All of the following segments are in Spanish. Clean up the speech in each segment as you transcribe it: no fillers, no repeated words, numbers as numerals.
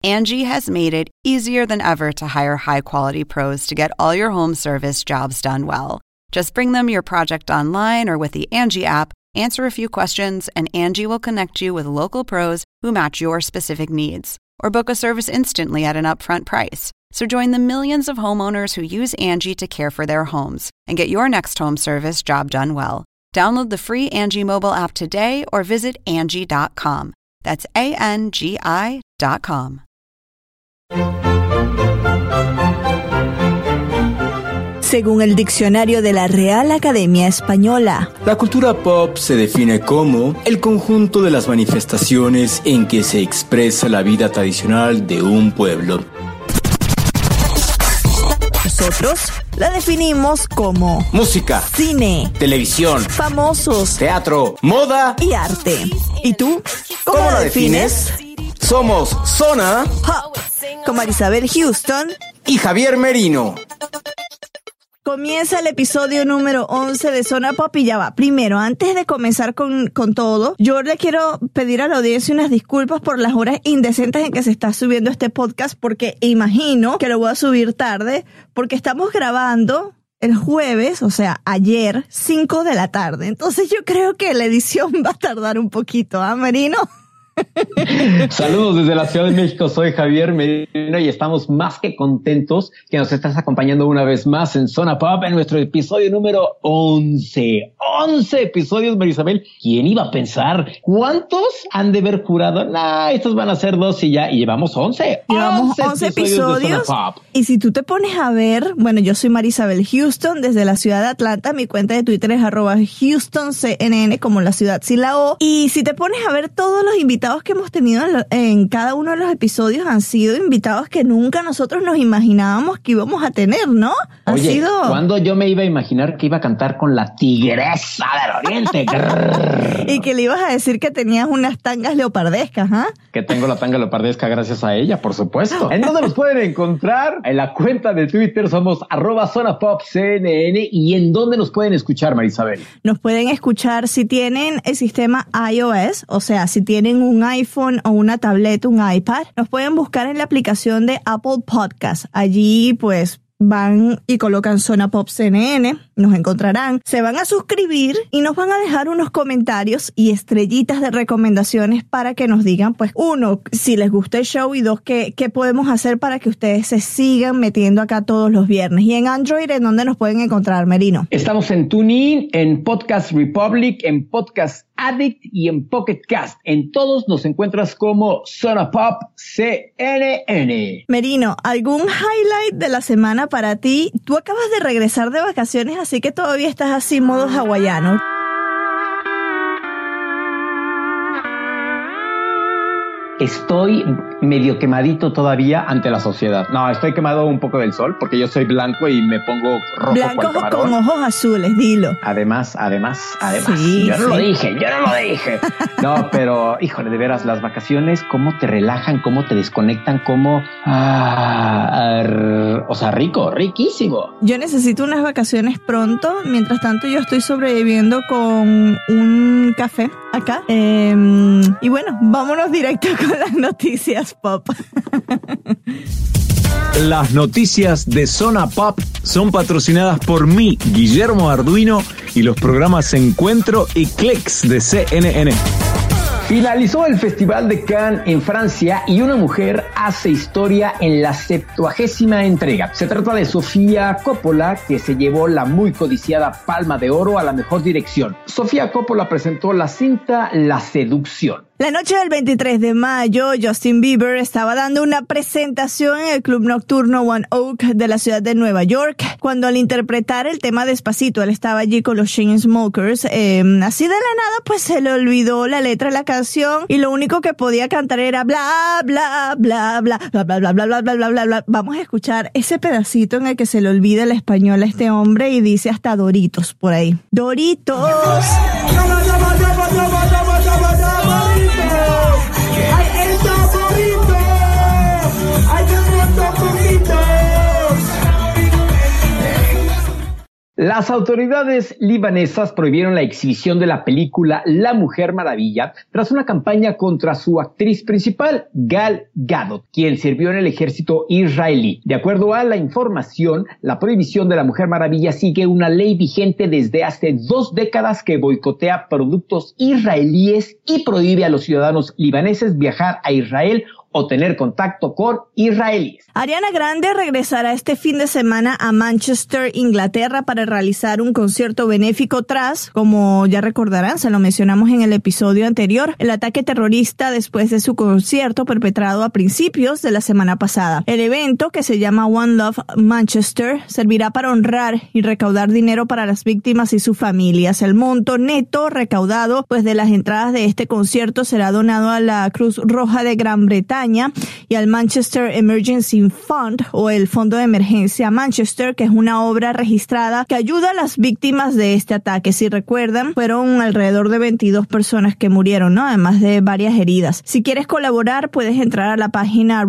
Angie has made it easier than ever to hire high-quality pros to get all your home service jobs done well. Just bring them your project online or with the Angie app, answer a few questions, and Angie will connect you with local pros who match your specific needs. Or book a service instantly at an upfront price. So join the millions of homeowners who use Angie to care for their homes and get your next home service job done well. Download the free Angie mobile app today or visit Angie.com. That's ANGI.com. Según el diccionario de la Real Academia Española, la cultura pop se define como el conjunto de las manifestaciones en que se expresa la vida tradicional de un pueblo. Nosotros la definimos como música, cine, televisión, famosos, teatro, moda y arte. ¿Y tú? ¿Cómo la defines? Somos Zona Pop, con Marisabel Houston y Javier Merino. Comienza el episodio número 11 de Zona Pop y ya va. Primero, antes de comenzar con todo, yo le quiero pedir a la audiencia unas disculpas por las horas indecentes en que se está subiendo este podcast, porque imagino que lo voy a subir tarde, porque estamos grabando el jueves, o sea, ayer, 5 de la tarde. Entonces yo creo que la edición va a tardar un poquito, ¿ah, Merino? Saludos desde la Ciudad de México, soy Javier Merino y estamos más que contentos que nos estás acompañando una vez más en Zona Pop en nuestro episodio número 11. 11 episodios, Marisabel. ¿Quién iba a pensar? ¿Cuántos han de haber jurado? Estos van a ser 2 y ya, y llevamos 11. Llevamos 11 episodios de Zona Pop. Y si tú te pones a ver, bueno, yo soy Marisabel Houston desde la ciudad de Atlanta, mi cuenta de Twitter es @HoustonCNN, como la ciudad sin la O, y si te pones a ver todos los invitados que hemos tenido en cada uno de los episodios han sido invitados que nunca nosotros nos imaginábamos que íbamos a tener, ¿no? Oye, ¿cuándo yo me iba a imaginar que iba a cantar con la Tigresa del Oriente? Y que le ibas a decir que tenías unas tangas leopardescas, ¿ah? Que tengo la tanga leopardesca gracias a ella, por supuesto. ¿En dónde nos pueden encontrar? En la cuenta de Twitter somos @ZonaPopCNN. ¿Y en dónde nos pueden escuchar, Marisabel? Nos pueden escuchar si tienen el sistema iOS, o sea, si tienen un iPhone o una tableta, un iPad, nos pueden buscar en la aplicación de Apple Podcast. Allí, pues, van y colocan Zona Pop CNN, nos encontrarán, se van a suscribir y nos van a dejar unos comentarios y estrellitas de recomendaciones para que nos digan, pues, 1, si les gusta el show, y 2, qué podemos hacer para que ustedes se sigan metiendo acá todos los viernes. Y en Android, ¿en dónde nos pueden encontrar, Merino? Estamos en TuneIn, en Podcast Republic, en Podcast Addict y en Pocket Cast. En todos nos encuentras como Zona Pop CNN. Merino, ¿algún highlight de la semana para ti? Tú acabas de regresar de vacaciones, así que todavía estás así modo hawaiano. Estoy medio quemadito todavía ante la sociedad. No, estoy quemado un poco del sol porque yo soy blanco y me pongo rojo. Blanco con ojos azules, dilo. Además. Sí, yo no lo dije. No, pero, híjole, de veras, las vacaciones, cómo te relajan, cómo te desconectan, cómo... o sea, riquísimo. Yo necesito unas vacaciones pronto. Mientras tanto, yo estoy sobreviviendo con un café acá. Y bueno, vámonos directo con las noticias pop. Las noticias de Zona Pop son patrocinadas por mí, Guillermo Arduino, y los programas Encuentro y Clicks de CNN. Finalizó el Festival de Cannes en Francia y una mujer hace historia en la 70ª entrega. Se trata de Sofía Coppola, que se llevó la muy codiciada Palma de Oro a la mejor dirección. Sofía Coppola presentó la cinta La Seducción. La noche del 23 de mayo, Justin Bieber estaba dando una presentación en el club nocturno One Oak de la ciudad de Nueva York, cuando al interpretar el tema Despacito, él estaba allí con los Chainsmokers, así de la nada pues se le olvidó la letra de la canción y lo único que podía cantar era bla bla bla bla bla bla bla bla bla bla bla bla bla. Vamos a escuchar ese pedacito en el que se le olvida el español a este hombre y dice hasta Doritos por ahí. Doritos. La Las autoridades libanesas prohibieron la exhibición de la película La Mujer Maravilla tras una campaña contra su actriz principal, Gal Gadot, quien sirvió en el ejército israelí. De acuerdo a la información, la prohibición de La Mujer Maravilla sigue una ley vigente desde hace 2 décadas que boicotea productos israelíes y prohíbe a los ciudadanos libaneses viajar a Israel o tener contacto con israelíes. Ariana Grande regresará este fin de semana a Manchester, Inglaterra, para realizar un concierto benéfico tras, como ya recordarán, se lo mencionamos en el episodio anterior, el ataque terrorista después de su concierto perpetrado a principios de la semana pasada. El evento, que se llama One Love Manchester, servirá para honrar y recaudar dinero para las víctimas y sus familias. El monto neto recaudado pues de las entradas de este concierto será donado a la Cruz Roja de Gran Bretaña y al Manchester Emergency Fund, o el Fondo de Emergencia Manchester, que es una obra registrada que ayuda a las víctimas de este ataque. Si recuerdan, fueron alrededor de 22 personas que murieron, ¿no? Además de varias heridas. Si quieres colaborar, puedes entrar a la página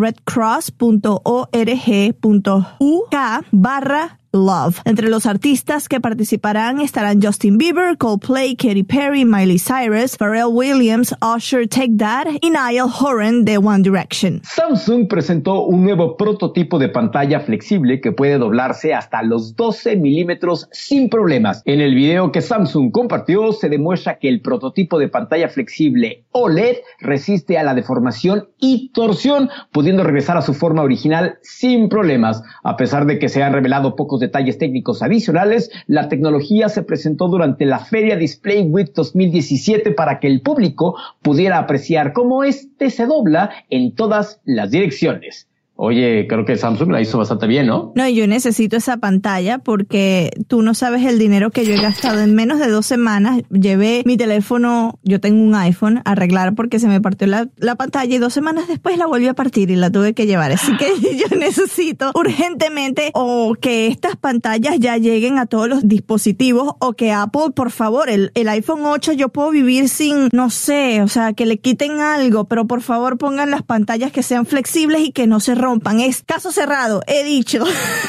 redcross.org.uk/Love. Entre los artistas que participarán estarán Justin Bieber, Coldplay, Katy Perry, Miley Cyrus, Pharrell Williams, Usher, Take That y Niall Horan de One Direction. Samsung presentó un nuevo prototipo de pantalla flexible que puede doblarse hasta los 12 milímetros sin problemas. En el video que Samsung compartió se demuestra que el prototipo de pantalla flexible OLED resiste a la deformación y torsión, pudiendo regresar a su forma original sin problemas. A pesar de que se han revelado pocos detalles técnicos adicionales, la tecnología se presentó durante la Feria Display Week 2017 para que el público pudiera apreciar cómo este se dobla en todas las direcciones. Oye, creo que Samsung la hizo bastante bien, ¿no? No, yo necesito esa pantalla porque tú no sabes el dinero que yo he gastado. En menos de 2 semanas llevé mi teléfono, yo tengo un iPhone, a arreglar porque se me partió la pantalla y 2 semanas después la volví a partir y la tuve que llevar. Así que yo necesito urgentemente o que estas pantallas ya lleguen a todos los dispositivos o que Apple, por favor, el iPhone 8 yo puedo vivir sin, no sé, o sea, que le quiten algo, pero por favor pongan las pantallas que sean flexibles y que no se rompan. Es caso cerrado, he dicho.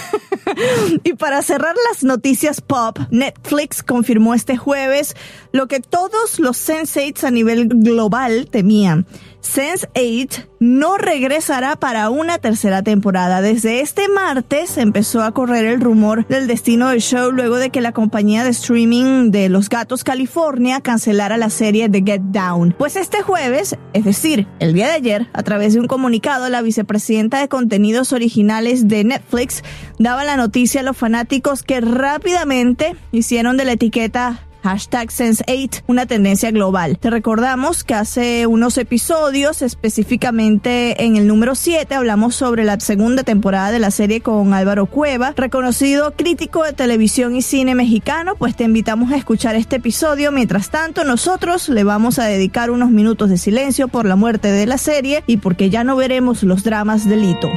Y para cerrar las noticias pop, Netflix confirmó este jueves lo que todos los Sense8 a nivel global temían. Sense8 no regresará para una tercera temporada. Desde este martes empezó a correr el rumor del destino del show luego de que la compañía de streaming de Los Gatos California cancelara la serie The Get Down. Pues este jueves, es decir, el día de ayer, a través de un comunicado, la vicepresidenta de contenidos originales de Netflix daba la noticia a los fanáticos que rápidamente hicieron de la etiqueta #Sense8 una tendencia global. Te recordamos que hace unos episodios, específicamente en el número 7, hablamos sobre la segunda temporada de la serie con Álvaro Cueva, reconocido crítico de televisión y cine mexicano. Pues te invitamos a escuchar este episodio. Mientras tanto, nosotros le vamos a dedicar unos minutos de silencio por la muerte de la serie y porque ya no veremos los dramas de Lito.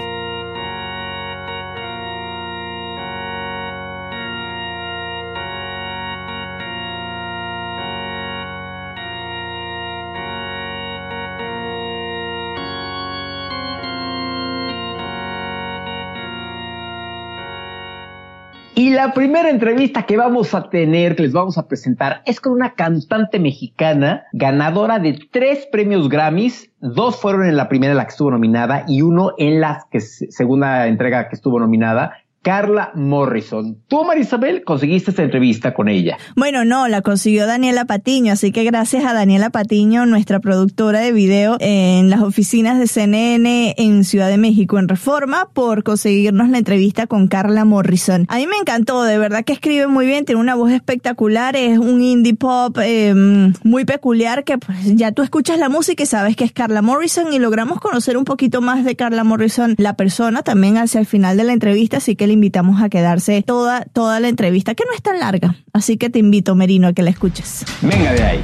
Y la primera entrevista que vamos a tener, que les vamos a presentar, es con una cantante mexicana ganadora de 3 premios Grammys. 2 fueron en la primera en la que estuvo nominada y 1 en la segunda entrega que estuvo nominada. Carla Morrison. Tú, Marisabel, conseguiste esta entrevista con ella. Bueno, no, la consiguió Daniela Patiño, así que gracias a Daniela Patiño, nuestra productora de video en las oficinas de CNN en Ciudad de México, en Reforma, por conseguirnos la entrevista con Carla Morrison. A mí me encantó, de verdad que escribe muy bien, tiene una voz espectacular, es un indie pop muy peculiar que pues, ya tú escuchas la música y sabes que es Carla Morrison, y logramos conocer un poquito más de Carla Morrison, la persona, también hacia el final de la entrevista, así que le invitamos a quedarse toda la entrevista, que no es tan larga, así que te invito, Merino, a que la escuches. Venga de ahí.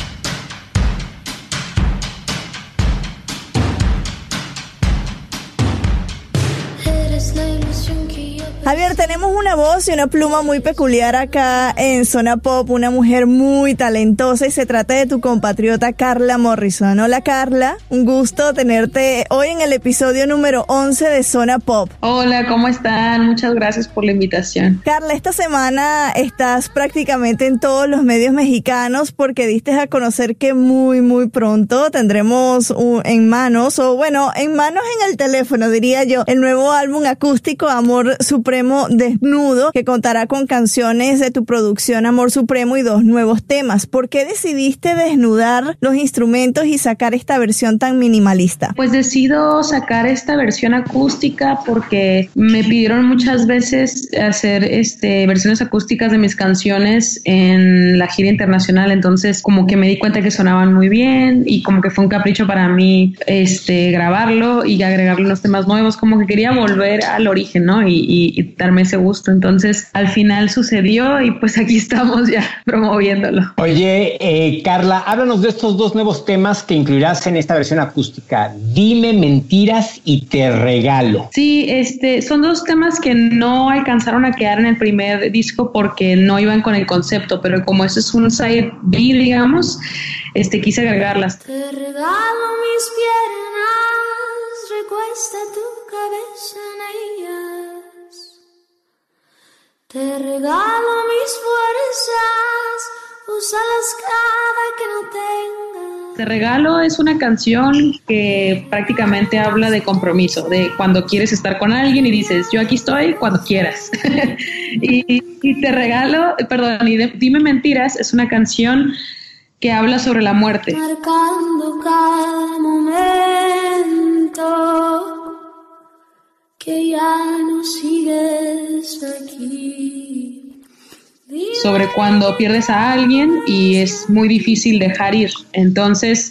Eres Javier, tenemos una voz y una pluma muy peculiar acá en Zona Pop, una mujer muy talentosa, y se trata de tu compatriota Carla Morrison. Hola Carla, un gusto tenerte hoy en el episodio número 11 de Zona Pop. Hola, ¿cómo están? Muchas gracias por la invitación. Carla, esta semana estás prácticamente en todos los medios mexicanos porque diste a conocer que muy pronto tendremos en manos en el teléfono, diría yo, el nuevo álbum acústico Amor Supremo Desnudo, que contará con canciones de tu producción Amor Supremo y 2 nuevos temas. ¿Por qué decidiste desnudar los instrumentos y sacar esta versión tan minimalista? Pues decido sacar esta versión acústica porque me pidieron muchas veces hacer versiones acústicas de mis canciones en la gira internacional, entonces como que me di cuenta que sonaban muy bien y como que fue un capricho para mí grabarlo y agregarle unos temas nuevos, como que quería volver al origen, ¿no? Y darme ese gusto. Entonces al final sucedió y pues aquí estamos ya promoviéndolo. Oye, Carla, háblanos de estos 2 nuevos temas que incluirás en esta versión acústica: Dime Mentiras y Te Regalo. Sí, son 2 temas que no alcanzaron a quedar en el primer disco porque no iban con el concepto, pero como este es un side B, digamos, quise agregarlas. Te regalo mis piernas, recuesta tu cabeza en ellas. Te regalo mis fuerzas, úsalas cada que no tengas. Te regalo es una canción que prácticamente habla de compromiso, de cuando quieres estar con alguien y dices, yo aquí estoy cuando quieras. y te regalo, Dime Mentiras es una canción que habla sobre la muerte. Marcando cada momento que ya no sigues aquí. Sobre cuando pierdes a alguien y es muy difícil dejar ir. Entonces,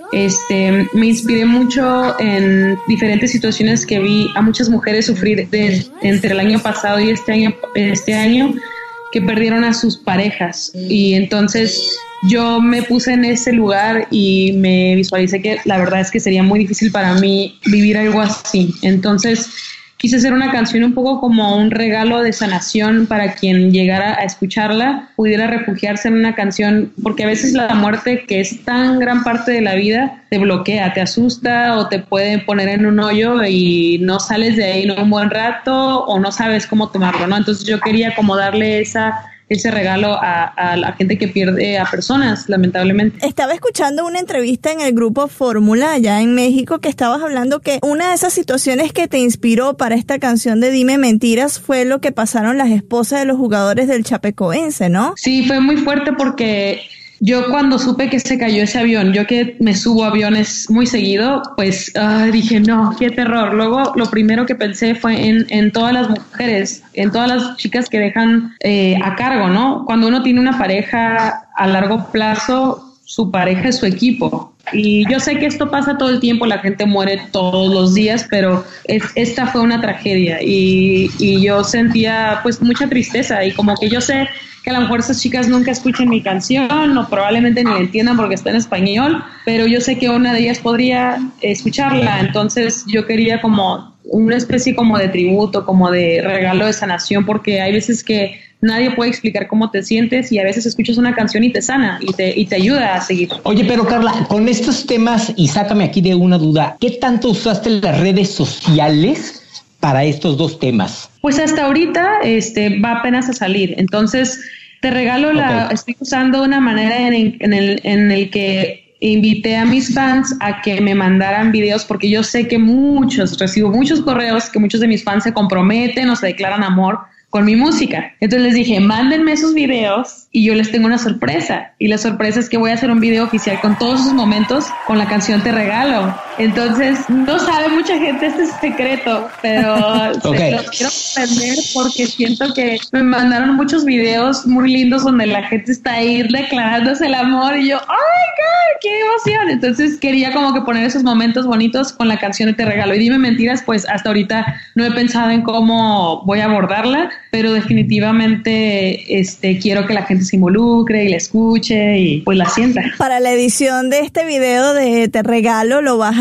me inspiré mucho en diferentes situaciones que vi a muchas mujeres sufrir entre el año pasado y este año que perdieron a sus parejas. Y entonces yo me puse en ese lugar y me visualicé que la verdad es que sería muy difícil para mí vivir algo así. Entonces quise hacer una canción un poco como un regalo de sanación para quien llegara a escucharla, pudiera refugiarse en una canción, porque a veces la muerte, que es tan gran parte de la vida, te bloquea, te asusta o te puede poner en un hoyo y no sales de ahí en un buen rato o no sabes cómo tomarlo, ¿no? Entonces yo quería como darle ese regalo a la gente que pierde a personas, lamentablemente. Estaba escuchando una entrevista en el grupo Fórmula allá en México que estabas hablando que una de esas situaciones que te inspiró para esta canción de Dime Mentiras fue lo que pasaron las esposas de los jugadores del Chapecoense, ¿no? Sí, fue muy fuerte porque yo cuando supe que se cayó ese avión, yo que me subo a aviones muy seguido, pues dije, no, qué terror. Luego lo primero que pensé fue en todas las mujeres, en todas las chicas que dejan a cargo, ¿no? Cuando uno tiene una pareja a largo plazo, su pareja es su equipo. Y yo sé que esto pasa todo el tiempo, la gente muere todos los días, pero esta fue una tragedia y yo sentía pues mucha tristeza y como que yo sé que a lo mejor esas chicas nunca escuchen mi canción o probablemente ni la entiendan porque está en español, pero yo sé que una de ellas podría escucharla, entonces yo quería como una especie como de tributo, como de regalo de sanación, porque hay veces que nadie puede explicar cómo te sientes y a veces escuchas una canción y te sana y te ayuda a seguir. Oye, pero Carla, con estos temas, y sácame aquí de una duda, ¿qué tanto usaste las redes sociales para estos 2 temas? Pues hasta ahorita va apenas a salir, entonces te regalo estoy usando una manera en el que invité a mis fans a que me mandaran videos porque yo sé que recibo muchos correos que muchos de mis fans se comprometen o se declaran amor con mi música. Entonces les dije, mándenme esos videos y yo les tengo una sorpresa. Y la sorpresa es que voy a hacer un video oficial con todos esos momentos con la canción Te Regalo. Entonces, no sabe mucha gente este secreto, pero lo quiero aprender porque siento que me mandaron muchos videos muy lindos donde la gente está ahí declarándose el amor y yo, ¡ay, God, qué emoción! Entonces quería como que poner esos momentos bonitos con la canción de Te Regalo. Y Dime Mentiras, pues hasta ahorita no he pensado en cómo voy a abordarla, pero definitivamente quiero que la gente se involucre y la escuche y pues la sienta. Para la edición de este video de Te Regalo lo vas a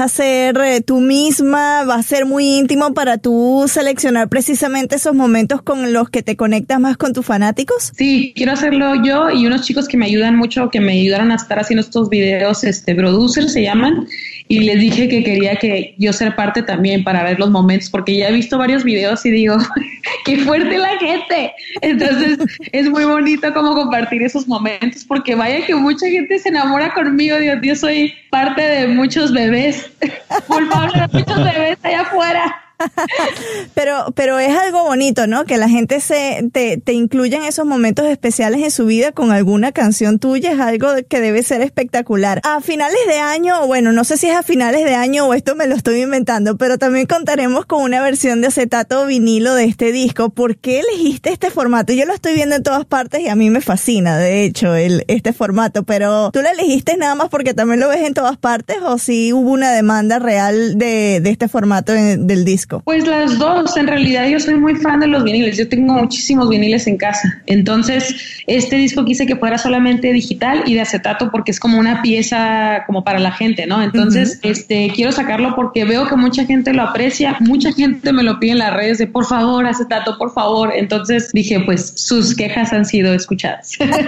a ser tú misma, va a ser muy íntimo para tú seleccionar precisamente esos momentos con los que te conectas más con tus fanáticos. Sí, quiero hacerlo yo y unos chicos que me ayudan mucho, que me ayudaron a estar haciendo estos videos, producers se llaman, y les dije que quería que yo ser parte también para ver los momentos, porque ya he visto varios videos y digo, qué fuerte la gente. Entonces es muy bonito como compartir esos momentos, porque vaya que mucha gente se enamora conmigo. Dios, yo soy parte de muchos bebés, culpable de muchos bebés allá afuera. Pero es algo bonito, ¿no? Que la gente te incluya en esos momentos especiales en su vida con alguna canción tuya, es algo que debe ser espectacular. A finales de año, bueno, no sé si es a finales de año o esto me lo estoy inventando, pero también contaremos con una versión de acetato vinilo de este disco. ¿Por qué elegiste este formato? Yo lo estoy viendo en todas partes y a mí me fascina, de hecho, este formato, pero ¿tú lo elegiste nada más porque también lo ves en todas partes o si hubo una demanda real de este formato del disco? Pues las dos, en realidad yo soy muy fan de los viniles, yo tengo muchísimos viniles en casa, entonces este disco quise que fuera solamente digital y de acetato porque es como una pieza como para la gente, ¿no? Entonces quiero sacarlo porque veo que mucha gente lo aprecia, mucha gente me lo pide en las redes de por favor acetato, por favor, entonces dije pues sus quejas han sido escuchadas.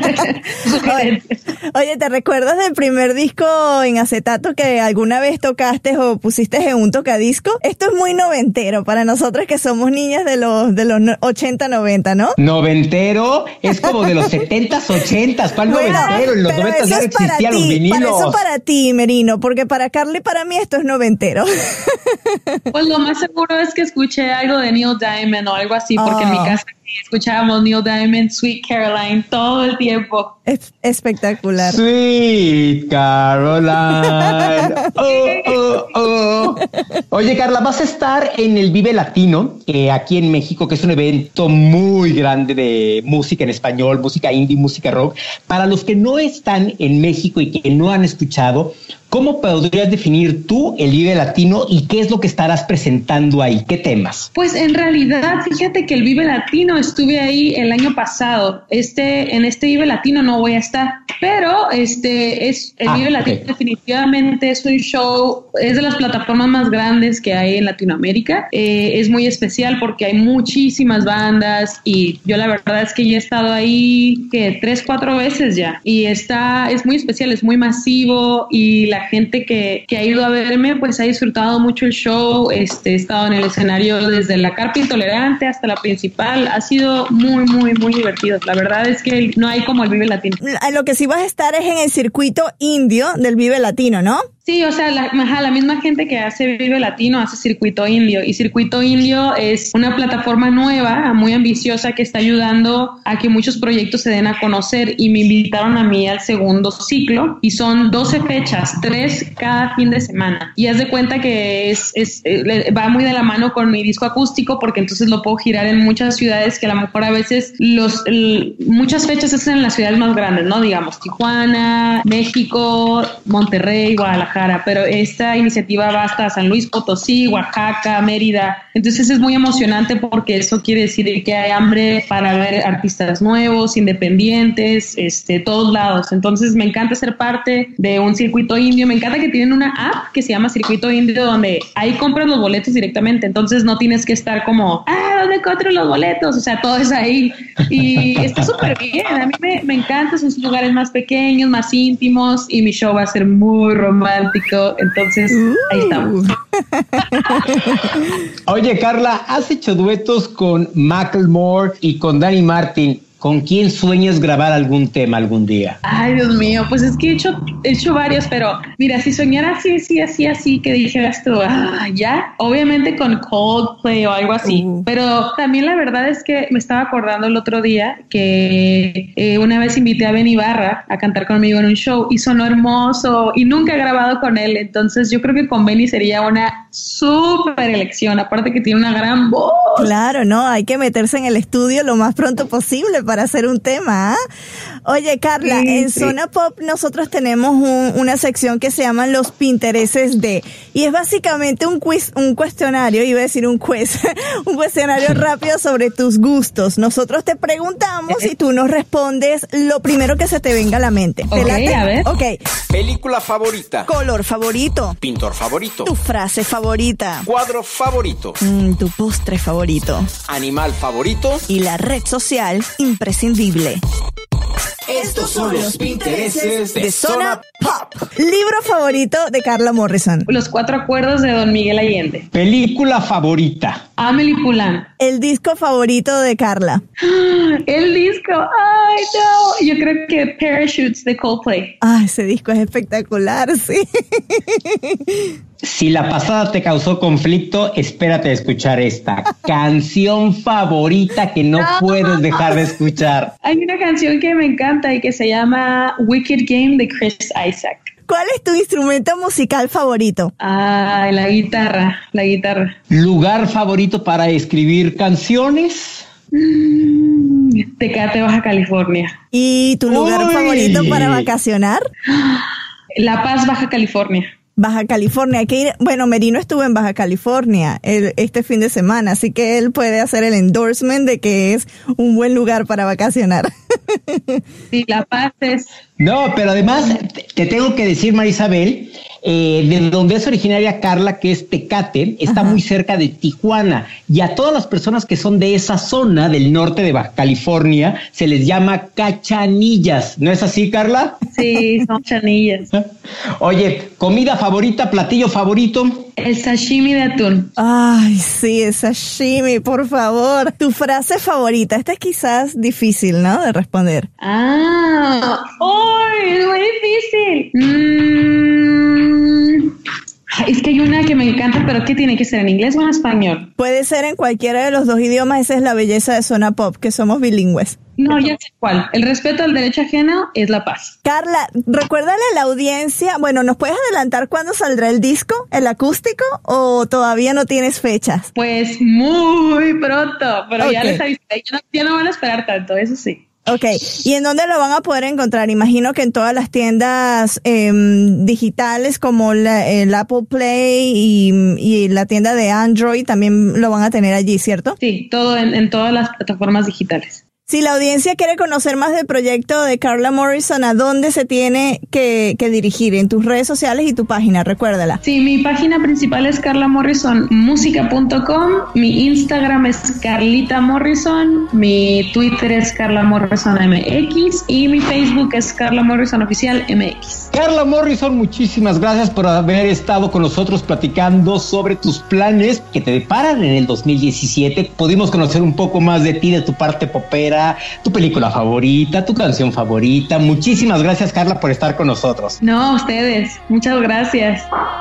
Oye, ¿te recuerdas del primer disco en acetato que alguna vez tocaste o pusiste en un tocadisco? Esto es muy noventero para nosotros que somos niñas de los 80, 90, ¿no? Noventero es como de los 70s, 80s. ¿Cuál noventero? En los 90s ya existían los vinilos. Para eso para ti, Merino, porque para Carla y para mí esto es noventero. Pues lo más seguro es que escuché algo de Neil Diamond o algo así, porque en mi casa escuchábamos Neil Diamond, Sweet Caroline todo el tiempo. Es espectacular. Sweet Caroline. Oye, Carla, vas a estar en el Vive Latino, aquí en México, que es un evento muy grande de música en español, música indie, música rock. Para los que no están en México y que no han escuchado, ¿cómo podrías definir tú el Vive Latino y qué es lo que estarás presentando ahí? ¿Qué temas? Pues en realidad, fíjate que el Vive Latino estuve ahí el año pasado. En este Vive Latino no voy a estar, pero el Vive Latino definitivamente es un show, es de las plataformas más grandes que hay en Latinoamérica. Es muy especial porque hay muchísimas bandas y yo la verdad es que ya he estado ahí 3-4 veces ya y es muy especial, es muy masivo y la gente que ha ido a verme pues ha disfrutado mucho el show. He estado en el escenario desde la Carpa Intolerante hasta la principal, ha sido muy muy muy divertido. La verdad es que no hay como el Vive Latino. Lo que sí vas a estar es en el circuito indio del Vive Latino, ¿no? Sí, o sea, la misma gente que hace Vive Latino hace Circuito Indio, y Circuito Indio es una plataforma nueva, muy ambiciosa, que está ayudando a que muchos proyectos se den a conocer, y me invitaron a mí al segundo ciclo, y son 12 fechas, 3 cada fin de semana, y haz de cuenta que va muy de la mano con mi disco acústico, porque entonces lo puedo girar en muchas ciudades que a lo mejor a veces muchas fechas es en las ciudades más grandes, ¿no? Digamos, Tijuana, México, Monterrey, Guadalajara, pero esta iniciativa va hasta San Luis Potosí, Oaxaca, Mérida. Entonces es muy emocionante porque eso quiere decir que hay hambre para ver artistas nuevos, independientes, todos lados. Entonces me encanta ser parte de un circuito indio. Me encanta que tienen una app que se llama Circuito Indio, donde ahí compras los boletos directamente. Entonces no tienes que estar como, ¿dónde encuentro los boletos? O sea, todo es ahí. Y está súper bien. A mí me encanta. Son lugares más pequeños, más íntimos, y mi show va a ser muy romántico. Entonces, ahí estamos. Oye, Carla, has hecho duetos con Macklemore y con Danny Martin. ¿Con quién sueñas grabar algún tema algún día? Ay, Dios mío, pues es que he hecho varios, pero mira, si soñara así, que dijeras tú, ya, obviamente con Coldplay o algo así, pero también la verdad es que me estaba acordando el otro día que una vez invité a Ben Ibarra a cantar conmigo en un show y sonó hermoso y nunca he grabado con él, entonces yo creo que con Benny sería una súper elección, aparte que tiene una gran voz. Claro, no, hay que meterse en el estudio lo más pronto posible para hacer un tema, ¿eh? Oye, Carla, en Zona Pop nosotros tenemos una sección que se llama Los Pintereses de, y es básicamente un cuestionario, iba a decir un quiz, un cuestionario rápido sobre tus gustos. Nosotros te preguntamos y tú nos respondes lo primero que se te venga a la mente. Ok, a ver. Ok. Película favorita. Color favorito. Pintor favorito. Tu frase favorita. Cuadro favorito. Tu postre favorito. Animal favorito. Y la red social imprescindible. Estos son los Pintereses de Zona Pop. Libro favorito de Carla Morrison. Los 4 acuerdos de Don Miguel Allende. Película favorita. Amélie Poulain. El disco favorito de Carla. El disco. Ay, no. Yo creo que Parachutes de Coldplay. Ah, ese disco es espectacular, sí. Si la pasada te causó conflicto, espérate a escuchar esta canción favorita que no puedes dejar de escuchar. Hay una canción que me encanta y que se llama Wicked Game de Chris Isaac. ¿Cuál es tu instrumento musical favorito? Ay, la guitarra. ¿Lugar favorito para escribir canciones? Tecate, Baja California. ¿Y tu lugar favorito para vacacionar? La Paz, Baja California. Baja California, hay que ir. Bueno, Merino estuvo en Baja California este fin de semana, así que él puede hacer el endorsement de que es un buen lugar para vacacionar. Sí, La Paz es... No, pero además te tengo que decir, Marisabel, de donde es originaria Carla, que es Tecate, está muy cerca de Tijuana, y a todas las personas que son de esa zona del norte de Baja California se les llama cachanillas. ¿No es así, Carla? Sí, son chanillas. Oye, comida favorita, platillo favorito. El sashimi de atún. Ay, sí, el sashimi, por favor. Tu frase favorita. Esta es quizás difícil, ¿no? De responder. Ah, ¡ay! Es muy difícil. Es que hay una que me encanta, pero ¿qué tiene que ser? ¿En inglés o en español? Puede ser en cualquiera de los dos idiomas. Esa es la belleza de Zona Pop, que somos bilingües. No, ya sé cuál. El respeto al derecho ajeno es la paz. Carla, recuérdale a la audiencia, bueno, ¿nos puedes adelantar cuándo saldrá el disco, el acústico, o todavía no tienes fechas? Pues muy pronto, pero ya les avisé, ya no van a esperar tanto, eso sí. Ok, ¿y en dónde lo van a poder encontrar? Imagino que en todas las tiendas digitales como el Apple Play y la tienda de Android también lo van a tener allí, ¿cierto? Sí, todo en todas las plataformas digitales. Si la audiencia quiere conocer más del proyecto de Carla Morrison, ¿a dónde se tiene que dirigir? En tus redes sociales y tu página, recuérdala. Sí, mi página principal es carlamorrisonmusica.com, mi Instagram es Carlita Morrison, mi Twitter es Carla Morrison MX y mi Facebook es Carla Morrison Oficial MX. Carla Morrison, muchísimas gracias por haber estado con nosotros platicando sobre tus planes que te deparan en el 2017. Pudimos conocer un poco más de ti, de tu parte popera, tu película favorita, tu canción favorita. Muchísimas gracias, Carla, por estar con nosotros. No, a ustedes. Muchas gracias.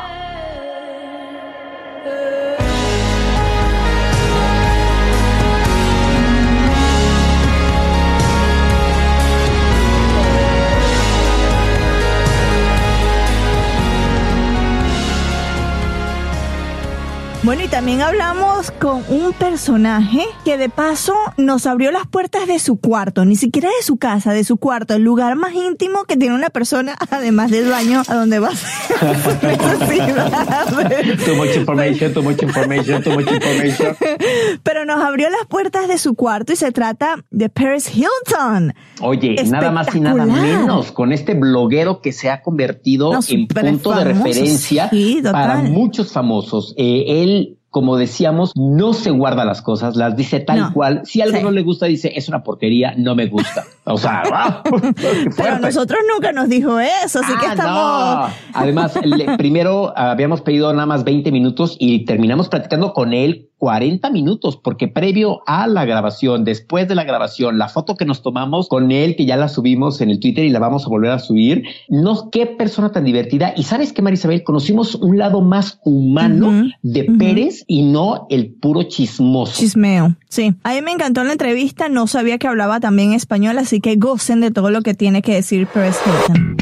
Bueno, y también hablamos con un personaje que de paso nos abrió las puertas de su cuarto, ni siquiera de su casa, de su cuarto, el lugar más íntimo que tiene una persona, además del baño a donde va a hacer Too much information. Pero nos abrió las puertas de su cuarto y se trata de Paris Hilton. Oye, nada más y nada menos, con este bloguero que se ha convertido en punto de referencia para muchos famosos. Él, como decíamos, no se guarda las cosas, las dice tal cual. Si algo no le gusta, dice, es una porquería, no me gusta. O sea, pero nosotros nunca nos dijo eso, así que estamos... No. Además, primero habíamos pedido nada más 20 minutos y terminamos platicando con él 40 minutos, porque previo a la grabación, después de la grabación, la foto que nos tomamos con él, que ya la subimos en el Twitter y la vamos a volver a subir, qué persona tan divertida. Y ¿sabes qué, Marisabel? Conocimos un lado más humano de Pérez y no el puro chismoso. Chismeo, sí. A mí me encantó la entrevista, no sabía que hablaba también español, así que gocen de todo lo que tiene que decir Paris Hilton.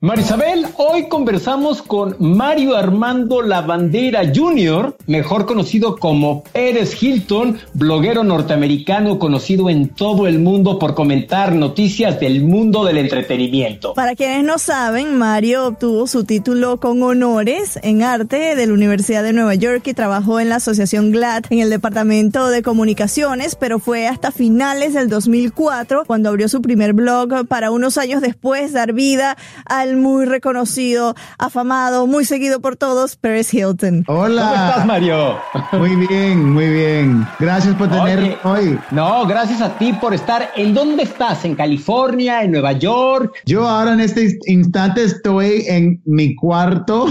Marisabel, hoy conversamos con Mario Armando Lavandera Jr., mejor conocido como Pérez Hilton, bloguero norteamericano conocido en todo el mundo por comentar noticias del mundo del entretenimiento. Para quienes no saben, Mario obtuvo su título con honores en arte de la Universidad de Nueva York y trabajó en la Asociación GLAAD en el Departamento de Comunicaciones, pero fue hasta finales del 2004 cuando abrió su primer blog para unos años después dar vida al muy reconocido, afamado, muy seguido por todos, Pérez Hilton. Hola. ¿Cómo estás, Mario? Muy bien, muy bien. Gracias por tenerme hoy. No, gracias a ti por estar. ¿En dónde estás? ¿En California? ¿En Nueva York? Yo ahora en este instante estoy en mi cuarto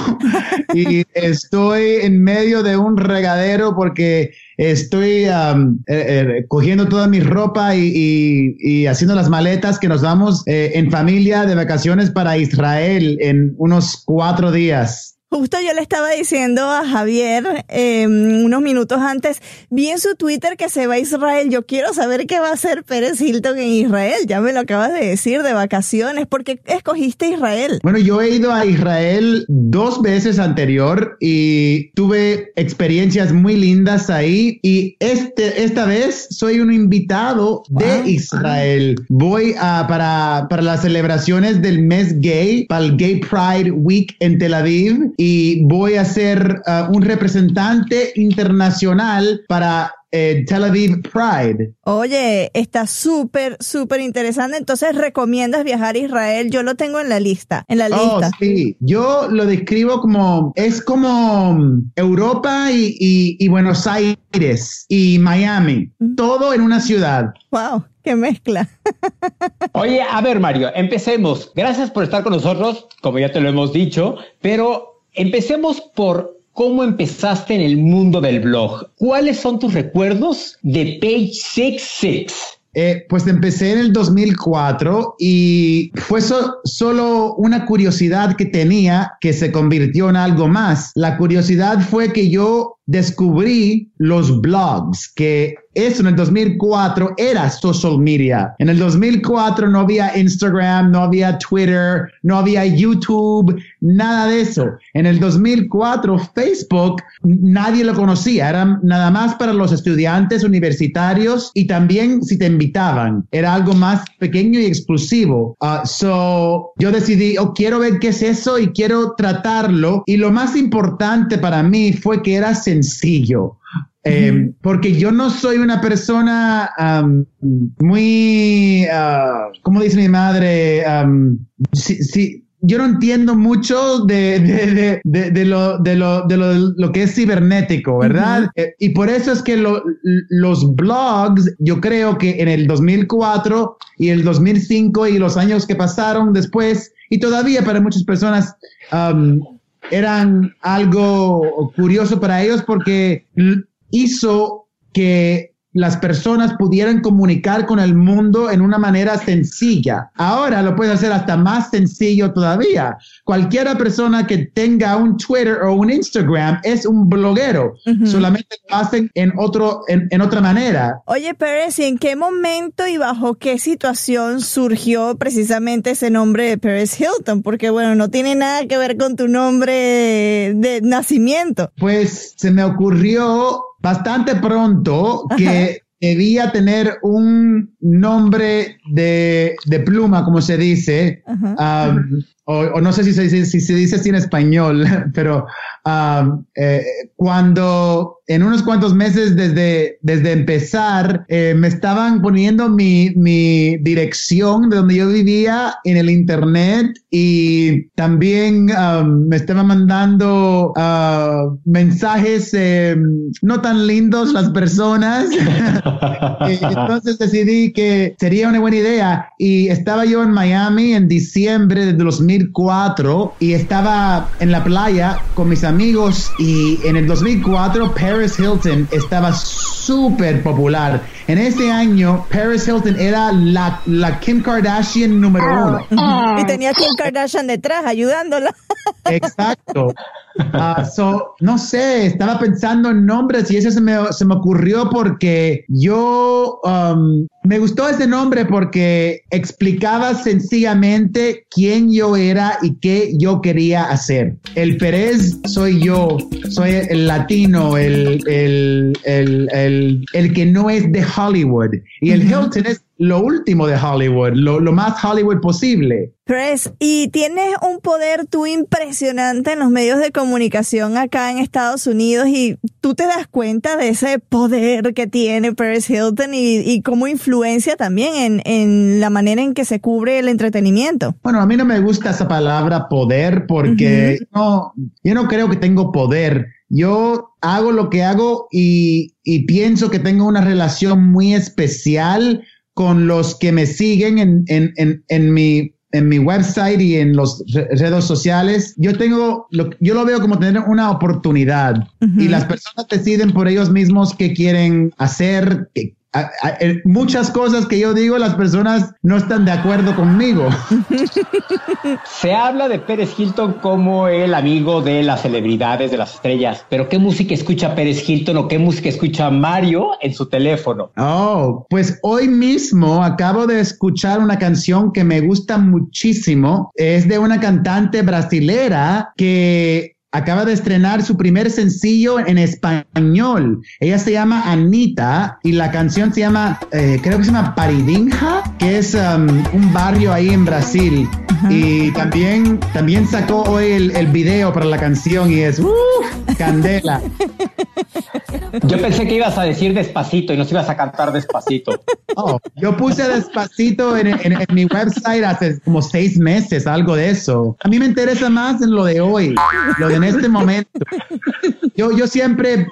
y estoy en medio de un regadero porque estoy cogiendo toda mi ropa y haciendo las maletas que nos vamos en familia de vacaciones para Israel en unos 4 días. Justo yo le estaba diciendo a Javier unos minutos antes, vi en su Twitter que se va a Israel. Yo quiero saber qué va a hacer Pérez Hilton en Israel. Ya me lo acabas de decir, de vacaciones. ¿Por qué escogiste Israel? Bueno, yo he ido a Israel 2 veces anterior y tuve experiencias muy lindas ahí. Y esta vez soy un invitado de Israel. Voy para las celebraciones del mes gay, para el Gay Pride Week en Tel Aviv. Y voy a ser un representante internacional para Tel Aviv Pride. Oye, está súper interesante. Entonces, ¿recomiendas viajar a Israel? Yo lo tengo en la lista. Sí. Yo lo describo como, es como Europa y Buenos Aires y Miami. Todo en una ciudad. Wow. ¡Qué mezcla! Oye, a ver, Mario, empecemos. Gracias por estar con nosotros, como ya te lo hemos dicho, pero empecemos por cómo empezaste en el mundo del blog. ¿Cuáles son tus recuerdos de Page 66? Pues empecé en el 2004 y fue solo una curiosidad que tenía que se convirtió en algo más. La curiosidad fue que yo descubrí los blogs, que eso en el 2004 era social media. En el 2004 no había Instagram, no había Twitter, no había YouTube, nada de eso. En el 2004 Facebook nadie lo conocía, era nada más para los estudiantes universitarios y también si te invitaban. Era algo más pequeño y exclusivo. Yo decidí, quiero ver qué es eso y quiero tratarlo. Y lo más importante para mí fue que era sencillo. Porque yo no soy una persona muy, como dice mi madre, yo no entiendo mucho de lo que es cibernético, ¿verdad? Y por eso es que los blogs, yo creo que en el 2004 y el 2005 y los años que pasaron después, y todavía para muchas personas, eran algo curioso para ellos porque hizo que las personas pudieran comunicar con el mundo en una manera sencilla. Ahora lo puedes hacer hasta más sencillo todavía. Cualquier persona que tenga un Twitter o un Instagram es un bloguero. Solamente lo hacen en otra manera. Oye, Pérez, ¿y en qué momento y bajo qué situación surgió precisamente ese nombre de Pérez Hilton? Porque, bueno, no tiene nada que ver con tu nombre de nacimiento. Pues se me ocurrió bastante pronto que debía tener un nombre de pluma, como se dice, o no sé si se dice así en español, pero cuando en unos cuantos meses desde empezar me estaban poniendo mi dirección de donde yo vivía en el internet y también me estaban mandando mensajes no tan lindos las personas. Entonces decidí que sería una buena idea y estaba yo en Miami en diciembre de 2004 y estaba en la playa con mis amigos y en el 2004 Paris Hilton estaba súper popular. En ese año Paris Hilton era la Kim Kardashian número 1. Y tenía Kim Kardashian detrás ayudándola. Exacto. No sé, estaba pensando en nombres y ese se me ocurrió porque yo me gustó ese nombre porque explicaba sencillamente quién yo era y qué yo quería hacer. El Pérez soy yo, soy el latino, el que no es de Hollywood, y el Hilton es lo último de Hollywood, lo más Hollywood posible. Pérez, y tienes un poder tú impresionante en los medios de comunicación acá en Estados Unidos, y tú te das cuenta de ese poder que tiene Pérez Hilton y cómo influencia también en la manera en que se cubre el entretenimiento. Bueno, a mí no me gusta esa palabra poder porque yo no creo que tengo poder. Yo hago lo que hago y pienso que tengo una relación muy especial con los que me siguen en mi website y en las redes sociales. Yo lo veo como tener una oportunidad, y las personas deciden por ellos mismos qué quieren hacer. Muchas cosas que yo digo, las personas no están de acuerdo conmigo. Se habla de Pérez Hilton como el amigo de las celebridades, de las estrellas, pero ¿qué música escucha Pérez Hilton o qué música escucha Mario en su teléfono? Pues hoy mismo acabo de escuchar una canción que me gusta muchísimo. Es de una cantante brasilera que acaba de estrenar su primer sencillo en español. Ella se llama Anitta y la canción se llama, creo que se llama Paridinha, que es un barrio ahí en Brasil. Y también sacó hoy el video para la canción y es candela. Yo pensé que ibas a decir Despacito y nos ibas a cantar Despacito. Yo puse Despacito en mi website hace como 6 meses, algo de eso. A mí me interesa más en lo de hoy, lo de en este momento. Yo siempre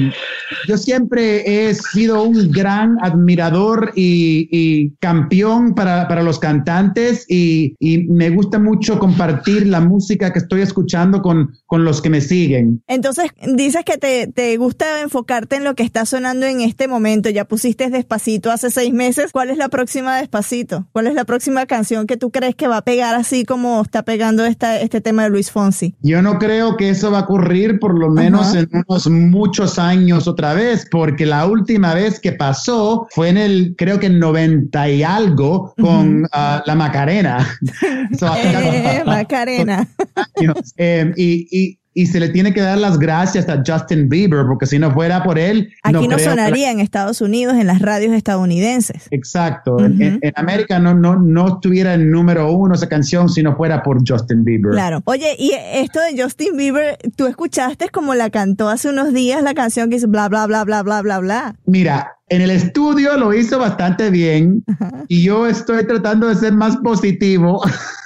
he sido un gran admirador y campeón para los cantantes, y me gusta mucho compartir la música que estoy escuchando con los que me siguen. Entonces, dices que te gusta enfocarte en lo que está sonando en este momento. Ya pusiste Despacito hace 6 meses. ¿Cuál es la próxima Despacito? ¿Cuál es la próxima canción que tú crees que va a pegar así como está pegando este tema de Luis Fonsi? Yo no creo que eso va a ocurrir por lo menos en unos muchos años otra vez, porque la última vez que pasó fue creo que en 90 y algo con la Macarena. Macarena. Y se le tiene que dar las gracias a Justin Bieber, porque si no fuera por él... Aquí no sonaría en Estados Unidos, en las radios estadounidenses. Exacto. En América no estuviera en número 1 esa canción si no fuera por Justin Bieber. Claro. Oye, y esto de Justin Bieber, ¿tú escuchaste como la cantó hace unos días la canción que dice bla, bla, bla, bla, bla, bla, bla? Mira, en el estudio lo hizo bastante bien y yo estoy tratando de ser más positivo.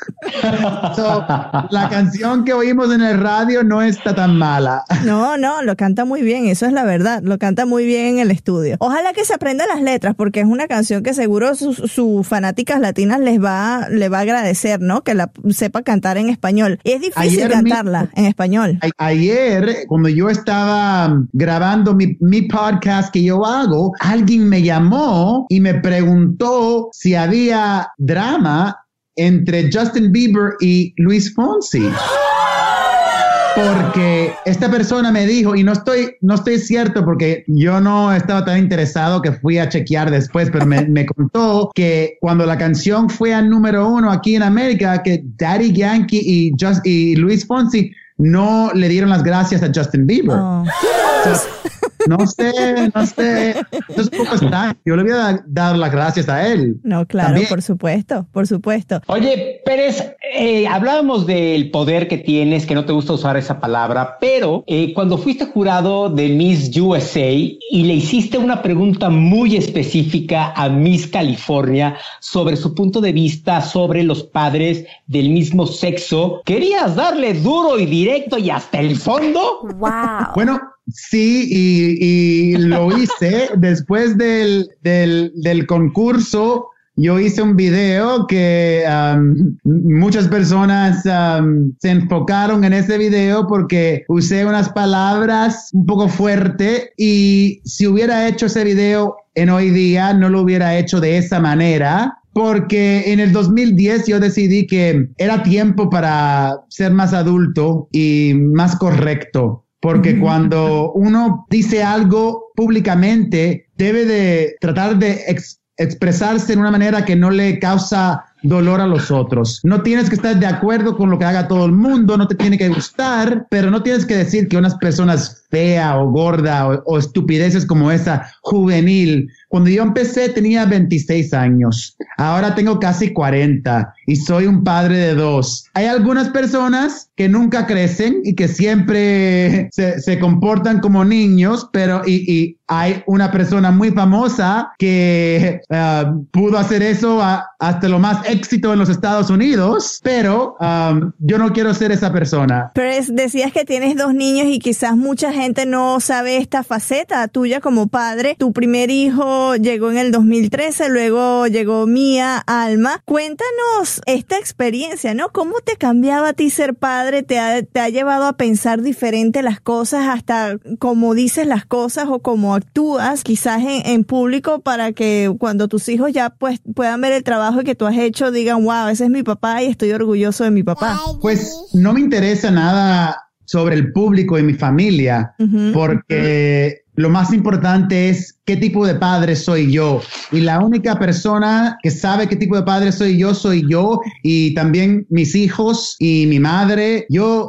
La canción que oímos en el radio no está tan mala. No, lo canta muy bien, eso es la verdad, lo canta muy bien en el estudio. Ojalá que se aprenda las letras, porque es una canción que seguro sus fanáticas latinas les va a agradecer, ¿no? Que la sepa cantar en español. Y es difícil cantarla en español. Ayer, cuando yo estaba grabando mi podcast que yo hago, alguien me llamó y me preguntó si había drama entre Justin Bieber y Luis Fonsi. Porque esta persona me dijo, y no estoy cierto porque yo no estaba tan interesado, que fui a chequear después, pero me contó que cuando la canción fue al número 1 aquí en América, que Daddy Yankee y Luis Fonsi no le dieron las gracias a Justin Bieber. No sé. Eso es un poco extraño. Yo le voy a dar las gracias a él. No, claro, también. Por supuesto. Oye, Pérez, hablábamos del poder que tienes, que no te gusta usar esa palabra, pero cuando fuiste jurado de Miss USA y le hiciste una pregunta muy específica a Miss California sobre su punto de vista sobre los padres del mismo sexo, ¿querías darle duro y directo y hasta el fondo? ¡Wow! Bueno, sí, y lo hice después del concurso. Yo hice un video que muchas personas se enfocaron en ese video porque usé unas palabras un poco fuertes, y si hubiera hecho ese video en hoy día no lo hubiera hecho de esa manera, porque en el 2010 yo decidí que era tiempo para ser más adulto y más correcto. Porque cuando uno dice algo públicamente, debe de tratar de expresarse de una manera que no le causa dolor a los otros. No tienes que estar de acuerdo con lo que haga todo el mundo, no te tiene que gustar, pero no tienes que decir que una persona es fea o gorda o estupideces como esa juvenil. Cuando yo empecé tenía 26 años, ahora tengo casi 40 y soy un padre de 2. Hay algunas personas que nunca crecen y que siempre se comportan como niños, pero y hay una persona muy famosa que pudo hacer eso hasta lo más éxito en los Estados Unidos, pero yo no quiero ser esa persona. Pero decías que tienes 2 niños y quizás mucha gente no sabe esta faceta tuya como padre. Tu primer hijo llegó en el 2013, luego llegó Mía, Alma. Cuéntanos esta experiencia, ¿no? ¿Cómo te cambiaba a ti ser padre? ¿Te ha llevado a pensar diferente las cosas, hasta cómo dices las cosas o cómo actúas quizás en público, para que cuando tus hijos ya pues puedan ver el trabajo que tú has hecho, digan, wow, ese es mi papá y estoy orgulloso de mi papá? Pues no me interesa nada sobre el público y mi familia, porque lo más importante es qué tipo de padre soy yo. Y la única persona que sabe qué tipo de padre soy yo, y también mis hijos y mi madre.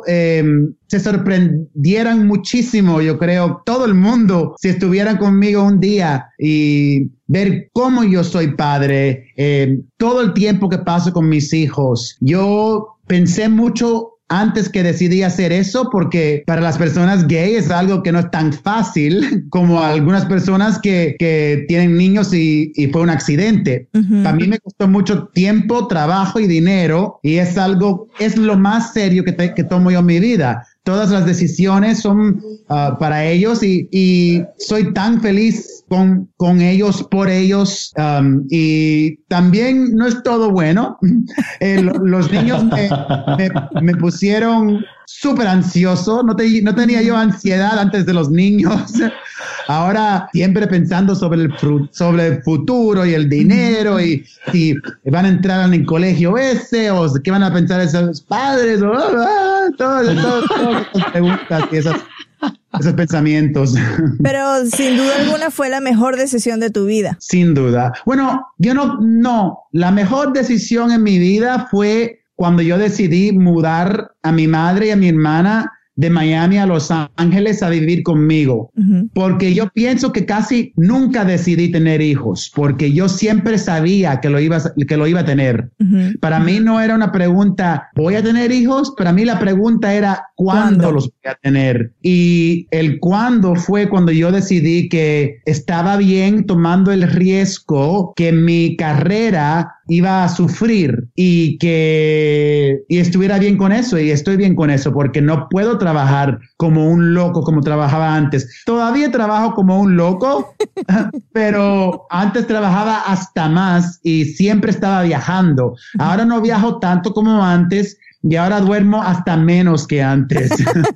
Se sorprendieran muchísimo, yo creo, todo el mundo, si estuvieran conmigo un día y ver cómo yo soy padre, todo el tiempo que paso con mis hijos. Yo pensé mucho antes que decidí hacer eso, porque para las personas gay es algo que no es tan fácil como algunas personas que tienen niños y fue un accidente. A mí me costó mucho tiempo, trabajo y dinero, y es lo más serio que tomo yo en mi vida. Todas las decisiones son para ellos y soy tan feliz con ellos, por ellos, y también no es todo bueno. Los niños me pusieron súper ansioso, no tenía yo ansiedad antes de los niños. Ahora siempre pensando sobre el futuro y el dinero, y si van a entrar en el colegio ese, o qué van a pensar esos padres, o todas esas preguntas y esos pensamientos. Pero sin duda alguna fue la mejor decisión de tu vida. Sin duda. Bueno, la mejor decisión en mi vida fue cuando yo decidí mudar a mi madre y a mi hermana de Miami a Los Ángeles a vivir conmigo, porque yo pienso que casi nunca decidí tener hijos, porque yo siempre sabía que lo iba a tener. Para mí no era una pregunta, ¿voy a tener hijos? Para mí la pregunta era, ¿cuándo los voy a tener? Y el cuándo fue cuando yo decidí que estaba bien tomando el riesgo que mi carrera iba a sufrir y estuviera bien con eso, y estoy bien con eso, porque no puedo trabajar como un loco como trabajaba antes. Todavía trabajo como un loco, pero antes trabajaba hasta más y siempre estaba viajando. Ahora no viajo tanto como antes, y ahora duermo hasta menos que antes.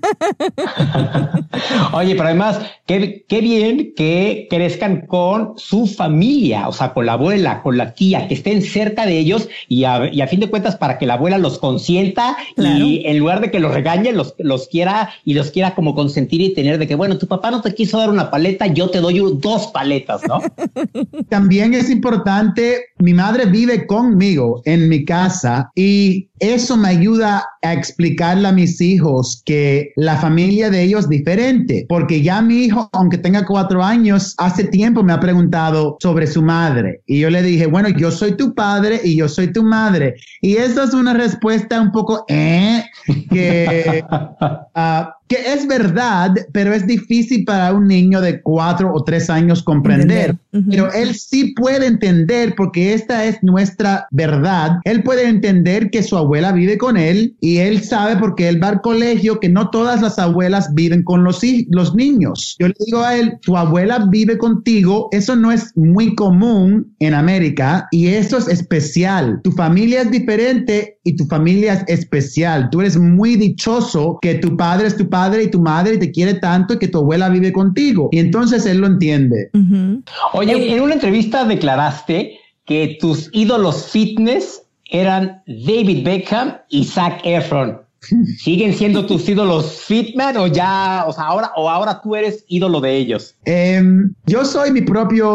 Oye, pero además, qué bien que crezcan con su familia, o sea, con la abuela, con la tía, que estén cerca de ellos y a fin de cuentas para que la abuela los consienta, claro. Y en lugar de que los regañe, los quiera como consentir y tener de que, bueno, tu papá no te quiso dar una paleta, yo te doy 2 paletas, ¿no? También es importante, mi madre vive conmigo en mi casa y eso me ayuda a explicarle a mis hijos que la familia de ellos es diferente, porque ya mi hijo, aunque tenga 4 años, hace tiempo me ha preguntado sobre su madre y yo le dije, bueno, yo soy tu padre y yo soy tu madre, y esa es una respuesta un poco que es verdad, pero es difícil para un niño de 4 o 3 años comprender. Pero él sí puede entender, porque esta es nuestra verdad. Él puede entender que su abuela vive con él, y él sabe, porque él va al colegio, que no todas las abuelas viven con los niños. Yo le digo a él, tu abuela vive contigo, eso no es muy común en América, y eso es especial. Tu familia es diferente y tu familia es especial. Tú eres muy dichoso que tu padre es tu padre y tu madre te quiere tanto, y que tu abuela vive contigo. Y entonces él lo entiende. Oye, en una entrevista declaraste que tus ídolos fitness eran David Beckham y Zac Efron. ¿Siguen siendo tus ídolos fitman o ya, o sea, ahora tú eres ídolo de ellos? Yo soy mi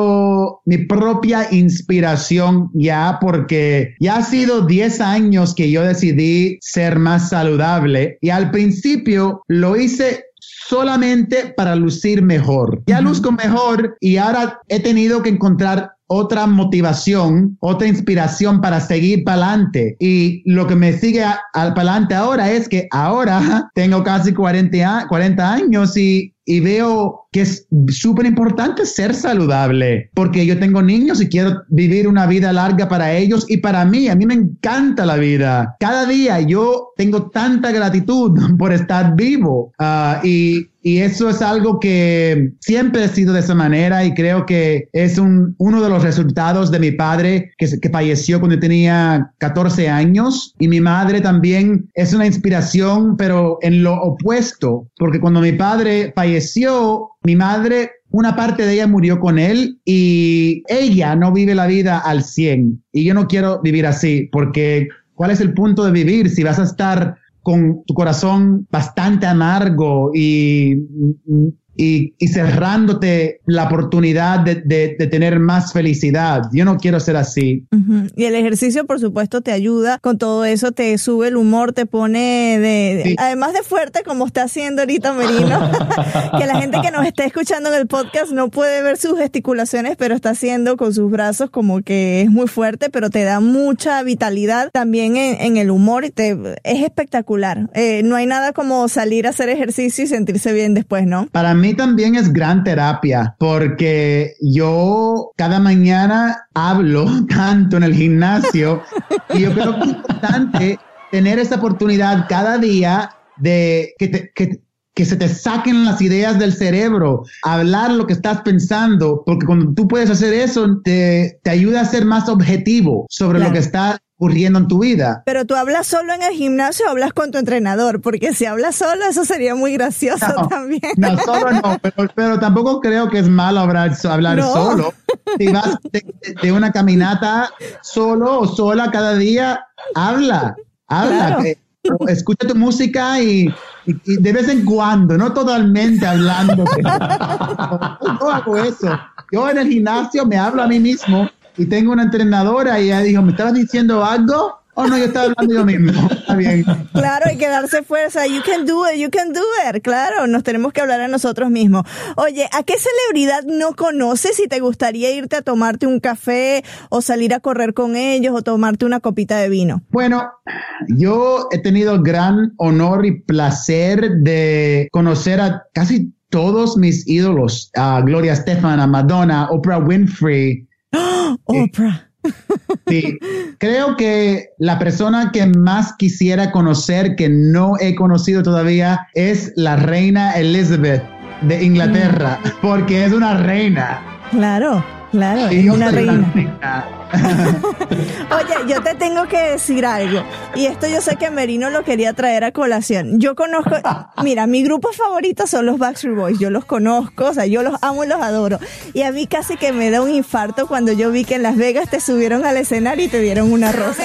propia inspiración ya, porque ya ha sido 10 años que yo decidí ser más saludable y al principio lo hice solamente para lucir mejor. Ya luzco mejor y ahora he tenido que encontrar otra motivación, otra inspiración para seguir para adelante. Y lo que me sigue para adelante ahora es que ahora tengo casi 40 años y veo que es súper importante ser saludable, porque yo tengo niños y quiero vivir una vida larga para ellos y para mí. A mí me encanta la vida. Cada día yo tengo tanta gratitud por estar vivo y eso es algo que siempre he sido de esa manera y creo que es uno de los resultados de mi padre que falleció cuando tenía 14 años y mi madre también es una inspiración, pero en lo opuesto, porque cuando mi padre falleció, mi madre, una parte de ella murió con él y ella no vive la vida al 100 y yo no quiero vivir así, porque ¿cuál es el punto de vivir si vas a estar con tu corazón bastante amargo y cerrándote la oportunidad de tener más felicidad? Yo no quiero ser así. Y el ejercicio, por supuesto, te ayuda con todo eso, te sube el humor, te pone sí. Además de fuerte, como está haciendo ahorita Merino, que la gente que nos está escuchando en el podcast no puede ver sus gesticulaciones, pero está haciendo con sus brazos como que es muy fuerte, pero te da mucha vitalidad también en el humor y es espectacular. No hay nada como salir a hacer ejercicio y sentirse bien después, ¿no? Para mí también es gran terapia, porque yo cada mañana hablo tanto en el gimnasio y yo creo que es importante tener esa oportunidad cada día de que se te saquen las ideas del cerebro, hablar lo que estás pensando, porque cuando tú puedes hacer eso, te ayuda a ser más objetivo sobre lo que está ocurriendo en tu vida. Pero tú hablas solo en el gimnasio o hablas con tu entrenador, porque si hablas solo, eso sería muy gracioso también. No, solo no, pero tampoco creo que es malo hablar solo. Si vas de una caminata solo o sola cada día, habla. Claro. Escucha tu música y de vez en cuando, no totalmente hablando. No hago eso. Yo en el gimnasio me hablo a mí mismo y tengo una entrenadora y ella dijo, ¿me estabas diciendo algo? Oh, no, yo estaba hablando yo mismo. Está bien. Claro, hay que darse fuerza. You can do it. Claro, nos tenemos que hablar a nosotros mismos. Oye, ¿a qué celebridad no conoces y te gustaría irte a tomarte un café o salir a correr con ellos o tomarte una copita de vino? Bueno, yo he tenido el gran honor y placer de conocer a casi todos mis ídolos. Gloria Estefan, Madonna, Oprah Winfrey. Oprah. Sí, creo que la persona que más quisiera conocer, que no he conocido todavía, es la reina Elizabeth de Inglaterra, porque es una reina. Claro, es una reina. Oye, yo te tengo que decir algo, y esto yo sé que Merino lo quería traer a colación. Yo conozco, mira, mi grupo favorito son los Backstreet Boys, yo los conozco, o sea, yo los amo y los adoro, y a mí casi que me da un infarto cuando yo vi que en Las Vegas te subieron al escenario y te dieron una rosa.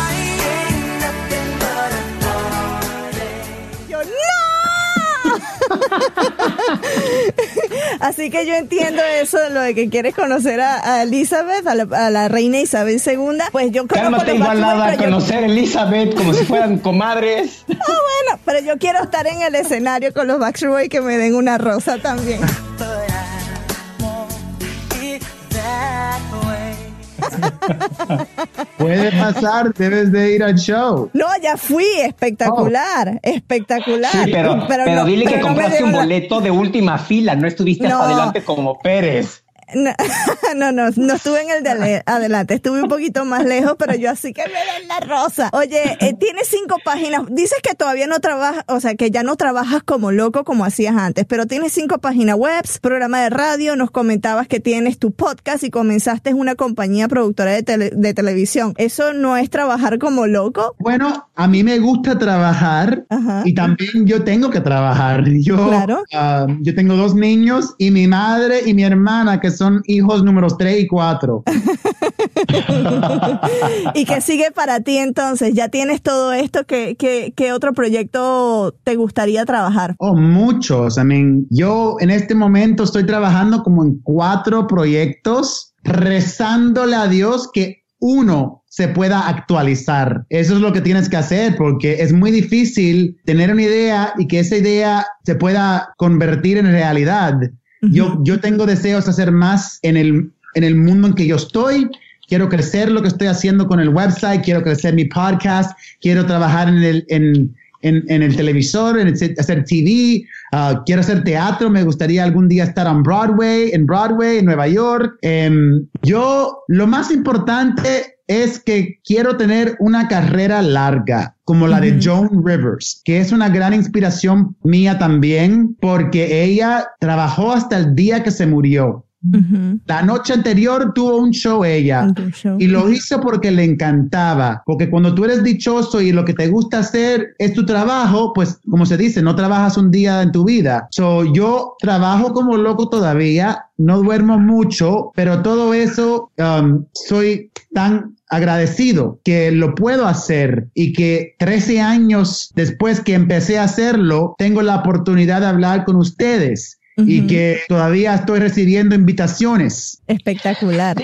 Así que yo entiendo eso de lo de que quieres conocer a Elizabeth, a la reina Isabel II. Pues yo creo que no tengo nada a conocer a Elizabeth como si fueran comadres. Bueno, pero yo quiero estar en el escenario con los Backstreet Boys que me den una rosa también. Puede pasar, debes de ir al show. No, ya fui, espectastular. Sí, pero dile que compraste un boleto de última fila, no estuviste hasta adelante como Pérez. No estuve en el de adelante, estuve un poquito más lejos, pero yo así que me den la rosa. Oye, tienes 5 páginas, dices que todavía no trabajas, o sea, que ya no trabajas como loco como hacías antes, pero tienes 5 páginas web, programa de radio, nos comentabas que tienes tu podcast y comenzaste una compañía productora de televisión. ¿Eso no es trabajar como loco? Bueno, a mí me gusta trabajar. Ajá. Y también yo tengo que trabajar. Claro. Yo tengo 2 niños y mi madre y mi hermana que son hijos números 3 y 4. ¿Y qué sigue para ti entonces? ¿Ya tienes todo esto? ¿Qué otro proyecto te gustaría trabajar? Oh, muchos. Yo en este momento estoy trabajando como en 4 proyectos, rezándole a Dios que uno se pueda actualizar. Eso es lo que tienes que hacer, porque es muy difícil tener una idea y que esa idea se pueda convertir en realidad. Yo tengo deseos de hacer más en el mundo en que yo estoy. Quiero crecer lo que estoy haciendo con el website, quiero crecer mi podcast, quiero trabajar en el televisor, hacer TV, quiero hacer teatro, me gustaría algún día estar en Broadway, en Nueva York. Lo más importante es que quiero tener una carrera larga, como la de Joan Rivers, que es una gran inspiración mía también, porque ella trabajó hasta el día que se murió. La noche anterior tuvo un show ella y lo hizo porque le encantaba, porque cuando tú eres dichoso y lo que te gusta hacer es tu trabajo, pues como se dice, no trabajas un día en tu vida. Yo trabajo como loco todavía, no duermo mucho, pero todo eso soy tan agradecido que lo puedo hacer y que 13 años después que empecé a hacerlo, tengo la oportunidad de hablar con ustedes. Y que todavía estoy recibiendo invitaciones. Espectacular.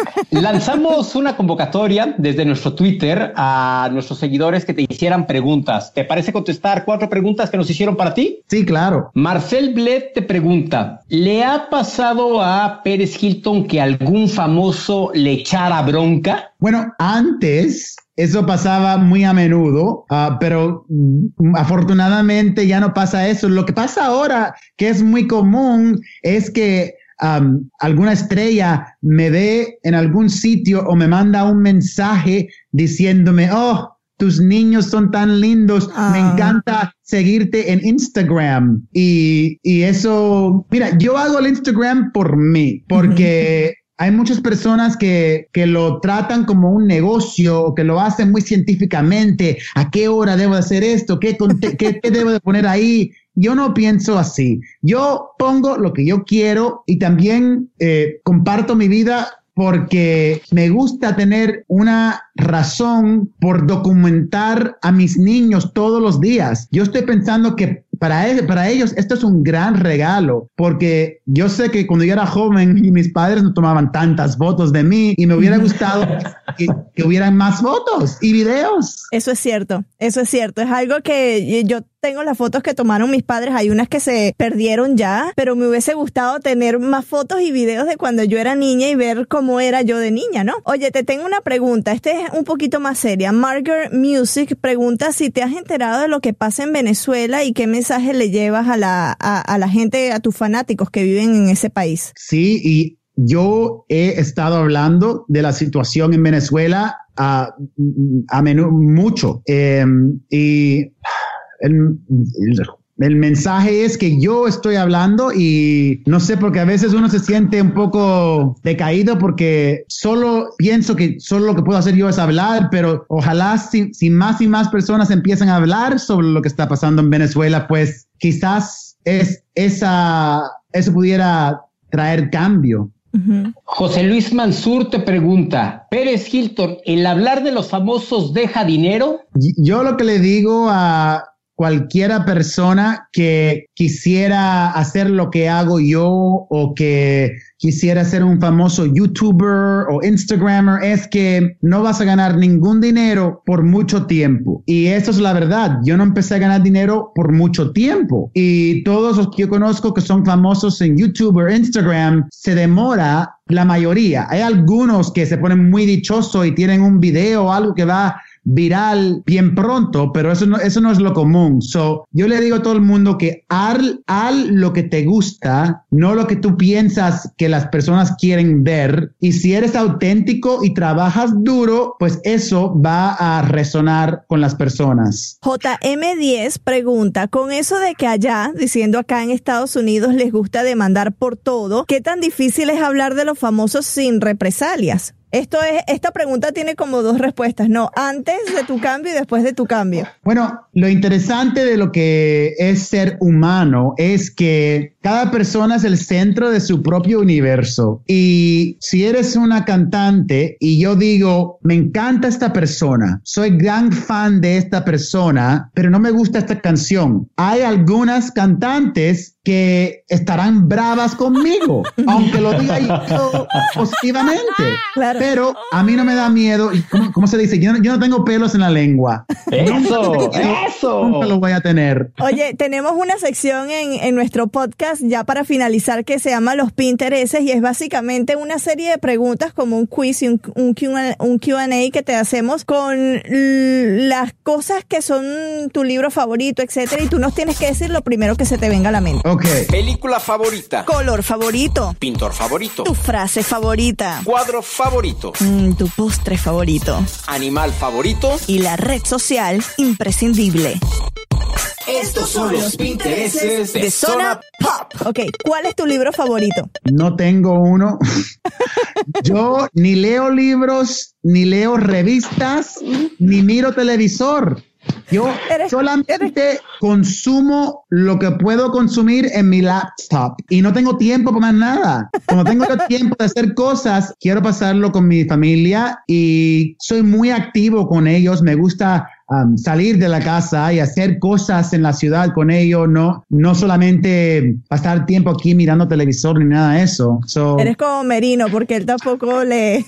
Lanzamos una convocatoria desde nuestro Twitter a nuestros seguidores que te hicieran preguntas. ¿Te parece contestar 4 preguntas que nos hicieron para ti? Sí, claro. Marcel Bled te pregunta, ¿le ha pasado a Pérez Hilton que algún famoso le echara bronca? Bueno, antes eso pasaba muy a menudo, pero afortunadamente ya no pasa eso. Lo que pasa ahora, que es muy común, es que alguna estrella me ve en algún sitio o me manda un mensaje diciéndome, oh, tus niños son tan lindos, me encanta seguirte en Instagram. Y eso, mira, yo hago el Instagram por mí, porque hay muchas personas que lo tratan como un negocio o que lo hacen muy científicamente. ¿A qué hora debo hacer esto? ¿Qué debo de poner ahí? Yo no pienso así. Yo pongo lo que yo quiero y también comparto mi vida porque me gusta tener una razón por documentar a mis niños todos los días. Yo estoy pensando que para ellos esto es un gran regalo, porque yo sé que cuando yo era joven y mis padres no tomaban tantas fotos de mí y me hubiera gustado que hubieran más fotos y videos. Eso es cierto, eso es cierto. Es algo que yo tengo las fotos que tomaron mis padres, hay unas que se perdieron ya, pero me hubiese gustado tener más fotos y videos de cuando yo era niña y ver cómo era yo de niña, ¿no? Oye, te tengo una pregunta, esta es un poquito más seria. Margaret Music pregunta si te has enterado de lo que pasa en Venezuela y qué mensaje le llevas a la gente, a tus fanáticos que viven en ese país. Sí, y yo he estado hablando de la situación en Venezuela a menudo, mucho, y el mensaje es que yo estoy hablando y no sé, porque a veces uno se siente un poco decaído porque solo pienso que solo lo que puedo hacer yo es hablar, pero ojalá si más y más personas empiezan a hablar sobre lo que está pasando en Venezuela, pues quizás eso pudiera traer cambio. José Luis Mansur te pregunta, Pérez Hilton, ¿el hablar de los famosos deja dinero? Yo lo que le digo a cualquiera persona que quisiera hacer lo que hago yo o que quisiera ser un famoso YouTuber o Instagrammer es que no vas a ganar ningún dinero por mucho tiempo. Y eso es la verdad. Yo no empecé a ganar dinero por mucho tiempo. Y todos los que yo conozco que son famosos en YouTube o Instagram, se demora la mayoría. Hay algunos que se ponen muy dichosos y tienen un video o algo que va viral bien pronto, pero eso no es lo común. Yo le digo a todo el mundo que haz lo que te gusta, no lo que tú piensas que las personas quieren ver. Y si eres auténtico y trabajas duro, pues eso va a resonar con las personas. JM10 pregunta, con eso de que allá, diciendo acá en Estados Unidos, les gusta demandar por todo, ¿qué tan difícil es hablar de los famosos sin represalias? Esta pregunta tiene como 2 respuestas, ¿no? Antes de tu cambio y después de tu cambio. Bueno, lo interesante de lo que es ser humano es que cada persona es el centro de su propio universo. Y si eres una cantante y yo digo, me encanta esta persona, soy gran fan de esta persona, pero no me gusta esta canción. Hay algunas cantantes que estarán bravas conmigo, aunque lo diga yo positivamente. Claro. Pero a mí no me da miedo. ¿Cómo se dice? Yo no tengo pelos en la lengua. ¡Eso! Nunca lo voy a tener. Oye, tenemos una sección en nuestro podcast ya para finalizar que se llama Los Pintereses y es básicamente una serie de preguntas como un quiz y un Q&A que te hacemos con las cosas que son tu libro favorito, etcétera, y tú nos tienes que decir lo primero que se te venga a la mente. Ok. Película favorita. Color favorito. Pintor favorito. Tu frase favorita. Cuadro favorito. Tu postre favorito. Animal favorito. Y la red social imprescindible. Estos son los Pintereses de Zona Pop. Ok, ¿cuál es tu libro favorito? No tengo uno. Yo ni leo libros, ni leo revistas, ni miro televisor. Yo solamente consumo lo que puedo consumir en mi laptop y no tengo tiempo para más nada. Como tengo tiempo de hacer cosas, quiero pasarlo con mi familia y soy muy activo con ellos. Me gusta salir de la casa y hacer cosas en la ciudad con ellos, no solamente pasar tiempo aquí mirando televisor ni nada de eso. Eres como Merino, porque él tampoco lee.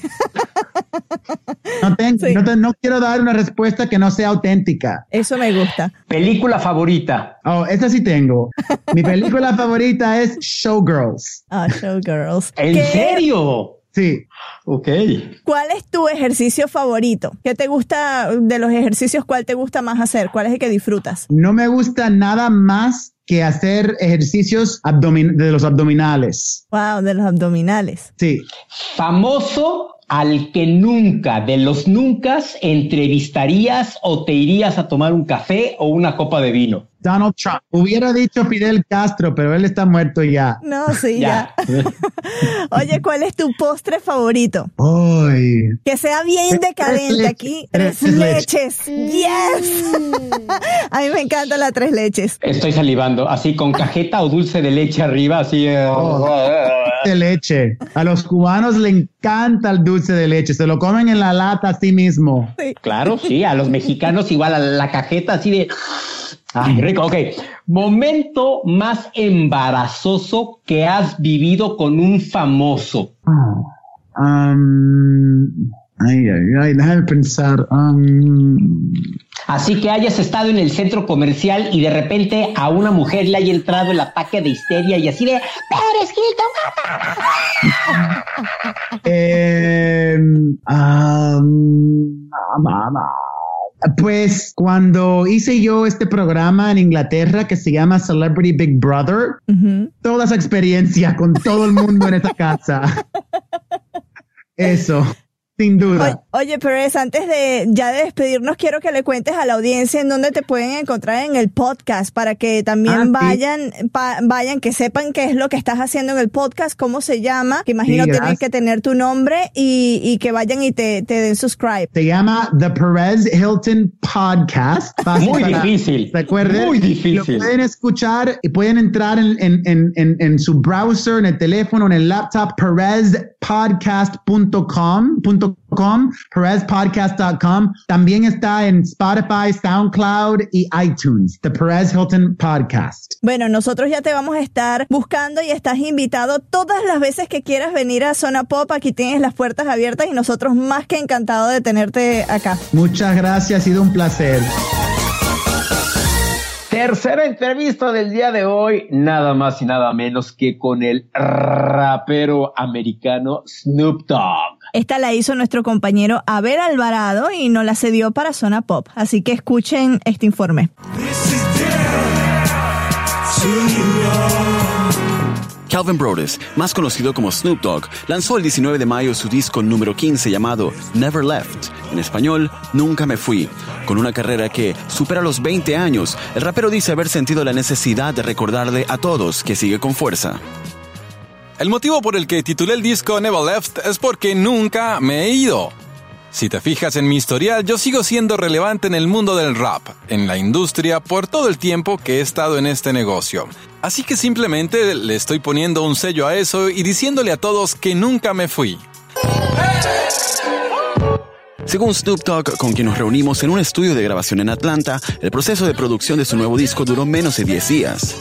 No quiero dar una respuesta que no sea auténtica. Eso me gusta. Película favorita. Oh, esa sí tengo. Mi película favorita es Showgirls. Showgirls. ¿En serio? Sí. Ok. ¿Cuál es tu ejercicio favorito? ¿Qué te gusta de los ejercicios? ¿Cuál te gusta más hacer? ¿Cuál es el que disfrutas? No me gusta nada más que hacer ejercicios de los abdominales. Wow, de los abdominales. Sí. Famoso al que nunca, de los nunca, entrevistarías o te irías a tomar un café o una copa de vino. Donald Trump. Hubiera dicho Fidel Castro, pero él está muerto ya. No, sí, ya. Oye, ¿cuál es tu postre favorito? Ay. Que sea bien decadente. Aquí, tres leches. ¡Yes! A mí me encanta la tres leches. Estoy salivando, así con cajeta o dulce de leche arriba, así. De leche. A los cubanos le encanta el dulce de leche. Se lo comen en la lata así mismo. Sí. Claro, sí. A los mexicanos igual a la cajeta así de... Ay, rico. Ok. Momento más embarazoso que has vivido con un famoso. Déjame pensar. Así que hayas estado en el centro comercial y de repente a una mujer le haya entrado el ataque de histeria y así de Paris Hilton. Pues cuando hice yo este programa en Inglaterra que se llama Celebrity Big Brother, toda esa experiencia con todo el mundo en esta casa. Eso. Sin duda. Oye, Perez, antes de despedirnos, quiero que le cuentes a la audiencia en dónde te pueden encontrar en el podcast para que también vayan, que sepan qué es lo que estás haciendo en el podcast, cómo se llama, que imagino tienes que tener tu nombre y que vayan y te den subscribe. Se llama The Perez Hilton Podcast. Muy difícil. Recuerden, muy difícil. Lo pueden escuchar y pueden entrar en su browser, en el teléfono, en el laptop, perezpodcast.com, perezpodcast.com. También está en Spotify, SoundCloud y iTunes, The Perez Hilton Podcast. Bueno, nosotros ya te vamos a estar buscando y estás invitado todas las veces que quieras venir a Zona Pop. Aquí tienes las puertas abiertas y nosotros más que encantados de tenerte acá. Muchas gracias, ha sido un placer. Tercera entrevista del día de hoy, nada más y nada menos que con el rapero americano Snoop Dogg. Esta la hizo nuestro compañero Abel Alvarado y nos la cedió para Zona Pop. Así que escuchen este informe. Calvin Broadus, más conocido como Snoop Dogg, lanzó el 19 de mayo su disco número 15 llamado Never Left, en español, Nunca Me Fui. Con una carrera que supera los 20 años, el rapero dice haber sentido la necesidad de recordarle a todos que sigue con fuerza. El motivo por el que titulé el disco Never Left es porque nunca me he ido. Si te fijas en mi historial, yo sigo siendo relevante en el mundo del rap, en la industria, por todo el tiempo que he estado en este negocio. Así que simplemente le estoy poniendo un sello a eso y diciéndole a todos que nunca me fui. Según Snoop Dogg, con quien nos reunimos en un estudio de grabación en Atlanta, el proceso de producción de su nuevo disco duró menos de 10 días.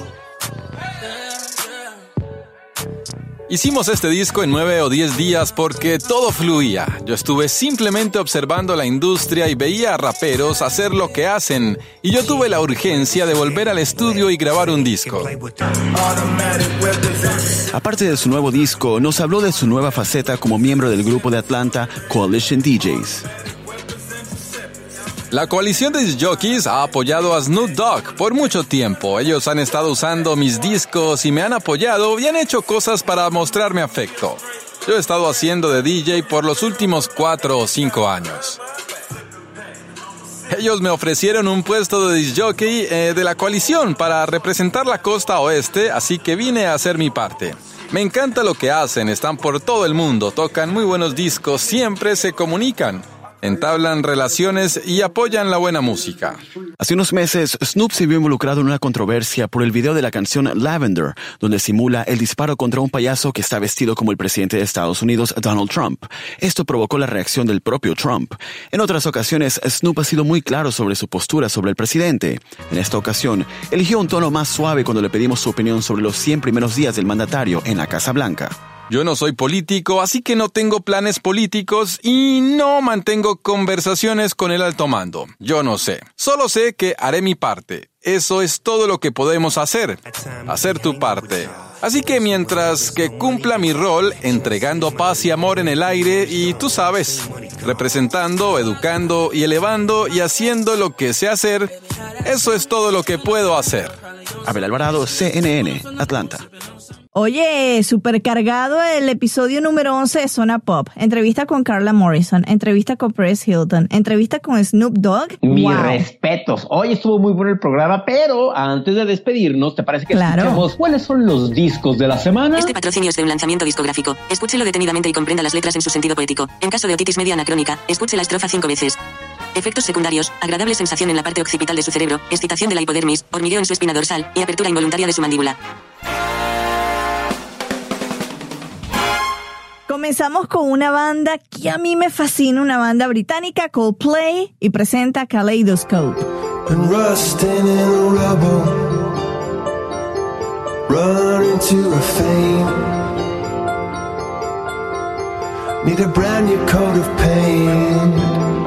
Hicimos este disco en 9 o 10 días porque todo fluía. Yo estuve simplemente observando la industria y veía a raperos hacer lo que hacen, y yo tuve la urgencia de volver al estudio y grabar un disco. Aparte de su nuevo disco, nos habló de su nueva faceta como miembro del grupo de Atlanta, Coalition DJs. La coalición de jockeys ha apoyado a Snoop Dogg por mucho tiempo. Ellos han estado usando mis discos y me han apoyado y han hecho cosas para mostrarme afecto. Yo he estado haciendo de DJ por los últimos 4 o 5 años. Ellos me ofrecieron un puesto de disc jockey de la coalición para representar la costa oeste, así que vine a hacer mi parte. Me encanta lo que hacen, están por todo el mundo, tocan muy buenos discos, siempre se comunican, entablan relaciones y apoyan la buena música. Hace unos meses, Snoop se vio involucrado en una controversia por el video de la canción Lavender, donde simula el disparo contra un payaso que está vestido como el presidente de Estados Unidos, Donald Trump. Esto provocó la reacción del propio Trump. En otras ocasiones, Snoop ha sido muy claro sobre su postura sobre el presidente. En esta ocasión, eligió un tono más suave cuando le pedimos su opinión sobre los 100 primeros días del mandatario en la Casa Blanca. Yo no soy político, así que no tengo planes políticos y no mantengo conversaciones con el alto mando. Yo no sé. Solo sé que haré mi parte. Eso es todo lo que podemos hacer. Hacer tu parte. Así que mientras que cumpla mi rol, entregando paz y amor en el aire y tú sabes, representando, educando y elevando y haciendo lo que sé hacer, eso es todo lo que puedo hacer. Abel Alvarado, CNN, Atlanta. Oye, súper cargado el episodio número 11 de Zona Pop. Entrevista con Carla Morrison, entrevista con Paris Hilton, entrevista con Snoop Dogg. Mis respetos. Hoy estuvo muy bueno el programa, pero antes de despedirnos, ¿te parece que escuchemos cuáles son los discos de la semana? Este patrocinio es de un lanzamiento discográfico. Escúchelo detenidamente y comprenda las letras en su sentido poético. En caso de otitis media anacrónica, escuche la estrofa 5 veces. Efectos secundarios, agradable sensación en la parte occipital de su cerebro, excitación de la hipodermis, hormigueo en su espina dorsal y apertura involuntaria de su mandíbula. Comenzamos con una banda que a mí me fascina, una banda británica, Coldplay, y presenta Kaleidoscope. Need a brand new coat of paint.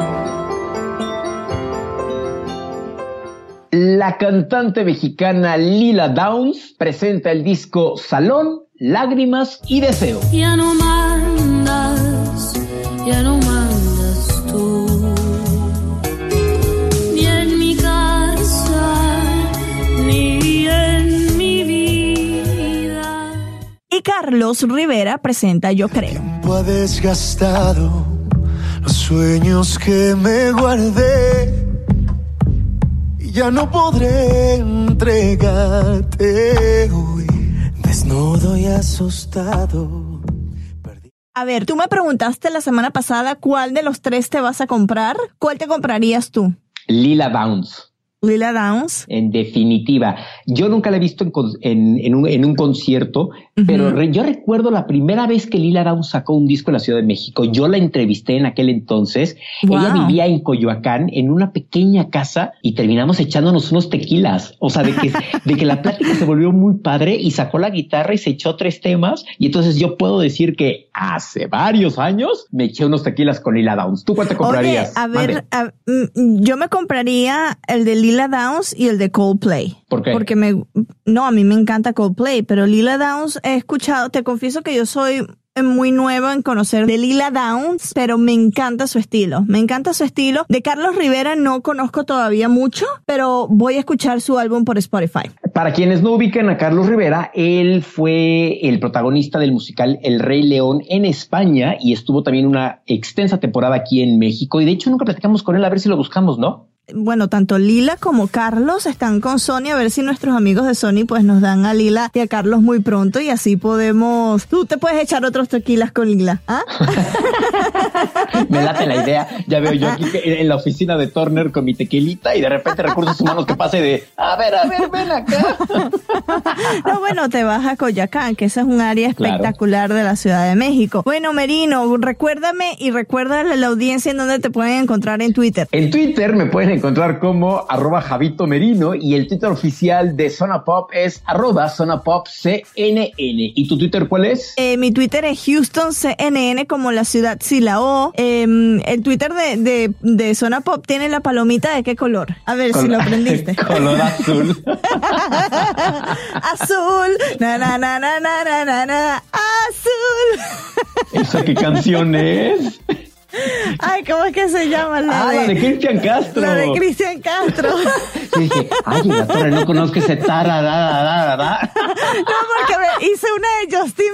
La cantante mexicana Lila Downs presenta el disco Salón, Lágrimas y Deseo. Ya no mandas tú, ni en mi casa, ni en mi vida. Y Carlos Rivera presenta Yo Creo. Ha desgastado los sueños que me guardé. Ya no podré entregarte hoy, desnudo y asustado. A ver, tú me preguntaste la semana pasada cuál de los 3 te vas a comprar. ¿Cuál te comprarías tú? Lila Downs. Lila Downs. En definitiva. Yo nunca la he visto en un concierto, pero yo recuerdo la primera vez que Lila Downs sacó un disco en la Ciudad de México. Yo la entrevisté en aquel entonces. Wow. Ella vivía en Coyoacán, en una pequeña casa, y terminamos echándonos unos tequilas. O sea, de que la plática se volvió muy padre y sacó la guitarra y se echó 3 temas. Y entonces yo puedo decir que hace varios años me eché unos tequilas con Lila Downs. ¿Tú cuál te comprarías? Oye, a ver, yo me compraría el de Lila Downs y el de Coldplay. ¿Por qué? Porque a mí me encanta Coldplay, pero Lila Downs he escuchado, te confieso que yo soy muy nueva en conocer de Lila Downs, pero me encanta su estilo. Me encanta su estilo. De Carlos Rivera no conozco todavía mucho, pero voy a escuchar su álbum por Spotify. Para quienes no ubican a Carlos Rivera, él fue el protagonista del musical El Rey León en España y estuvo también una extensa temporada aquí en México. Y de hecho nunca platicamos con él, a ver si lo buscamos, ¿no? bueno, tanto Lila como Carlos están con Sony, a ver si nuestros amigos de Sony pues nos dan a Lila y a Carlos muy pronto y así podemos... Tú te puedes echar otros tequilas con Lila, ¿ah? Me late la idea. Ya veo yo aquí en la oficina de Turner con mi tequilita y de repente Recursos Humanos que pase de, a ver, ven acá. No, bueno, te vas a Coyoacán, que esa es un área espectacular de la Ciudad de México. Bueno, Merino, recuérdame y recuérdale a la audiencia en dónde te pueden encontrar en Twitter. En Twitter me pueden encontrar como @JavitoMerino y el Twitter oficial de Zona Pop es @ZonaPopCNN. ¿Y tu Twitter cuál es? Mi Twitter es HoustonCNN como la ciudad sin la O. El Twitter de Zona Pop tiene la palomita ¿de qué color? A ver si lo aprendiste. Color azul. Azul. Na, na, na, na, na, na, na, na. Azul. ¿Esa qué canción es? Ay, ¿cómo es que se llama? La de Cristian Castro. La de Cristian Castro. Sí, dije, ay, la torre, no conozco ese tararararara. No, porque me hice una de Justin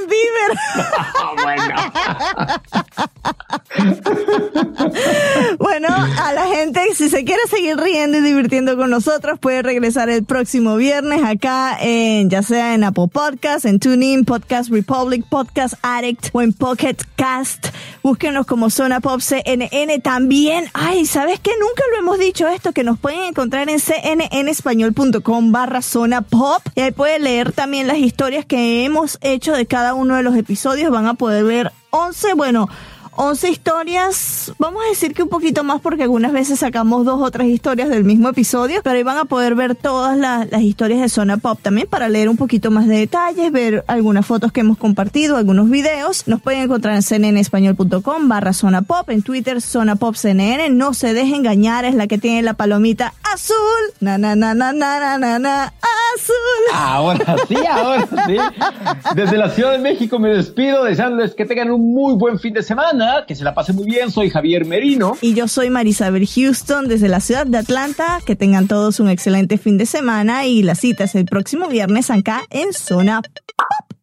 Bieber. Bueno, a la gente, si se quiere seguir riendo y divirtiendo con nosotros, puede regresar el próximo viernes acá ya sea en Apple Podcasts, en TuneIn, Podcast Republic, Podcast Addict o en Pocket Cast. Búsquenos como Zona Pop CNN también. Ay, ¿sabes qué? Nunca lo hemos dicho esto, que nos pueden encontrar en cnnespañol.com/Zona Pop y ahí pueden leer también las historias que hemos hecho de cada uno de los episodios. Van a poder ver 11 historias, vamos a decir que un poquito más porque algunas veces sacamos 2 o 3 historias del mismo episodio, pero ahí van a poder ver todas las historias de Zona Pop también para leer un poquito más de detalles, ver algunas fotos que hemos compartido, algunos videos. Nos pueden encontrar en cnnespañol.com/Zona Pop, en Twitter Zona Pop CNN. No se deje engañar, es la que tiene la palomita azul. Na na na na na na na azul. Ahora sí. Desde la Ciudad de México me despido deseándoles que tengan un muy buen fin de semana. Que se la pase muy bien, soy Javier Merino. Y yo soy Marisabel Houston desde la ciudad de Atlanta. Que tengan todos un excelente fin de semana y la cita es el próximo viernes acá en Zona Pop.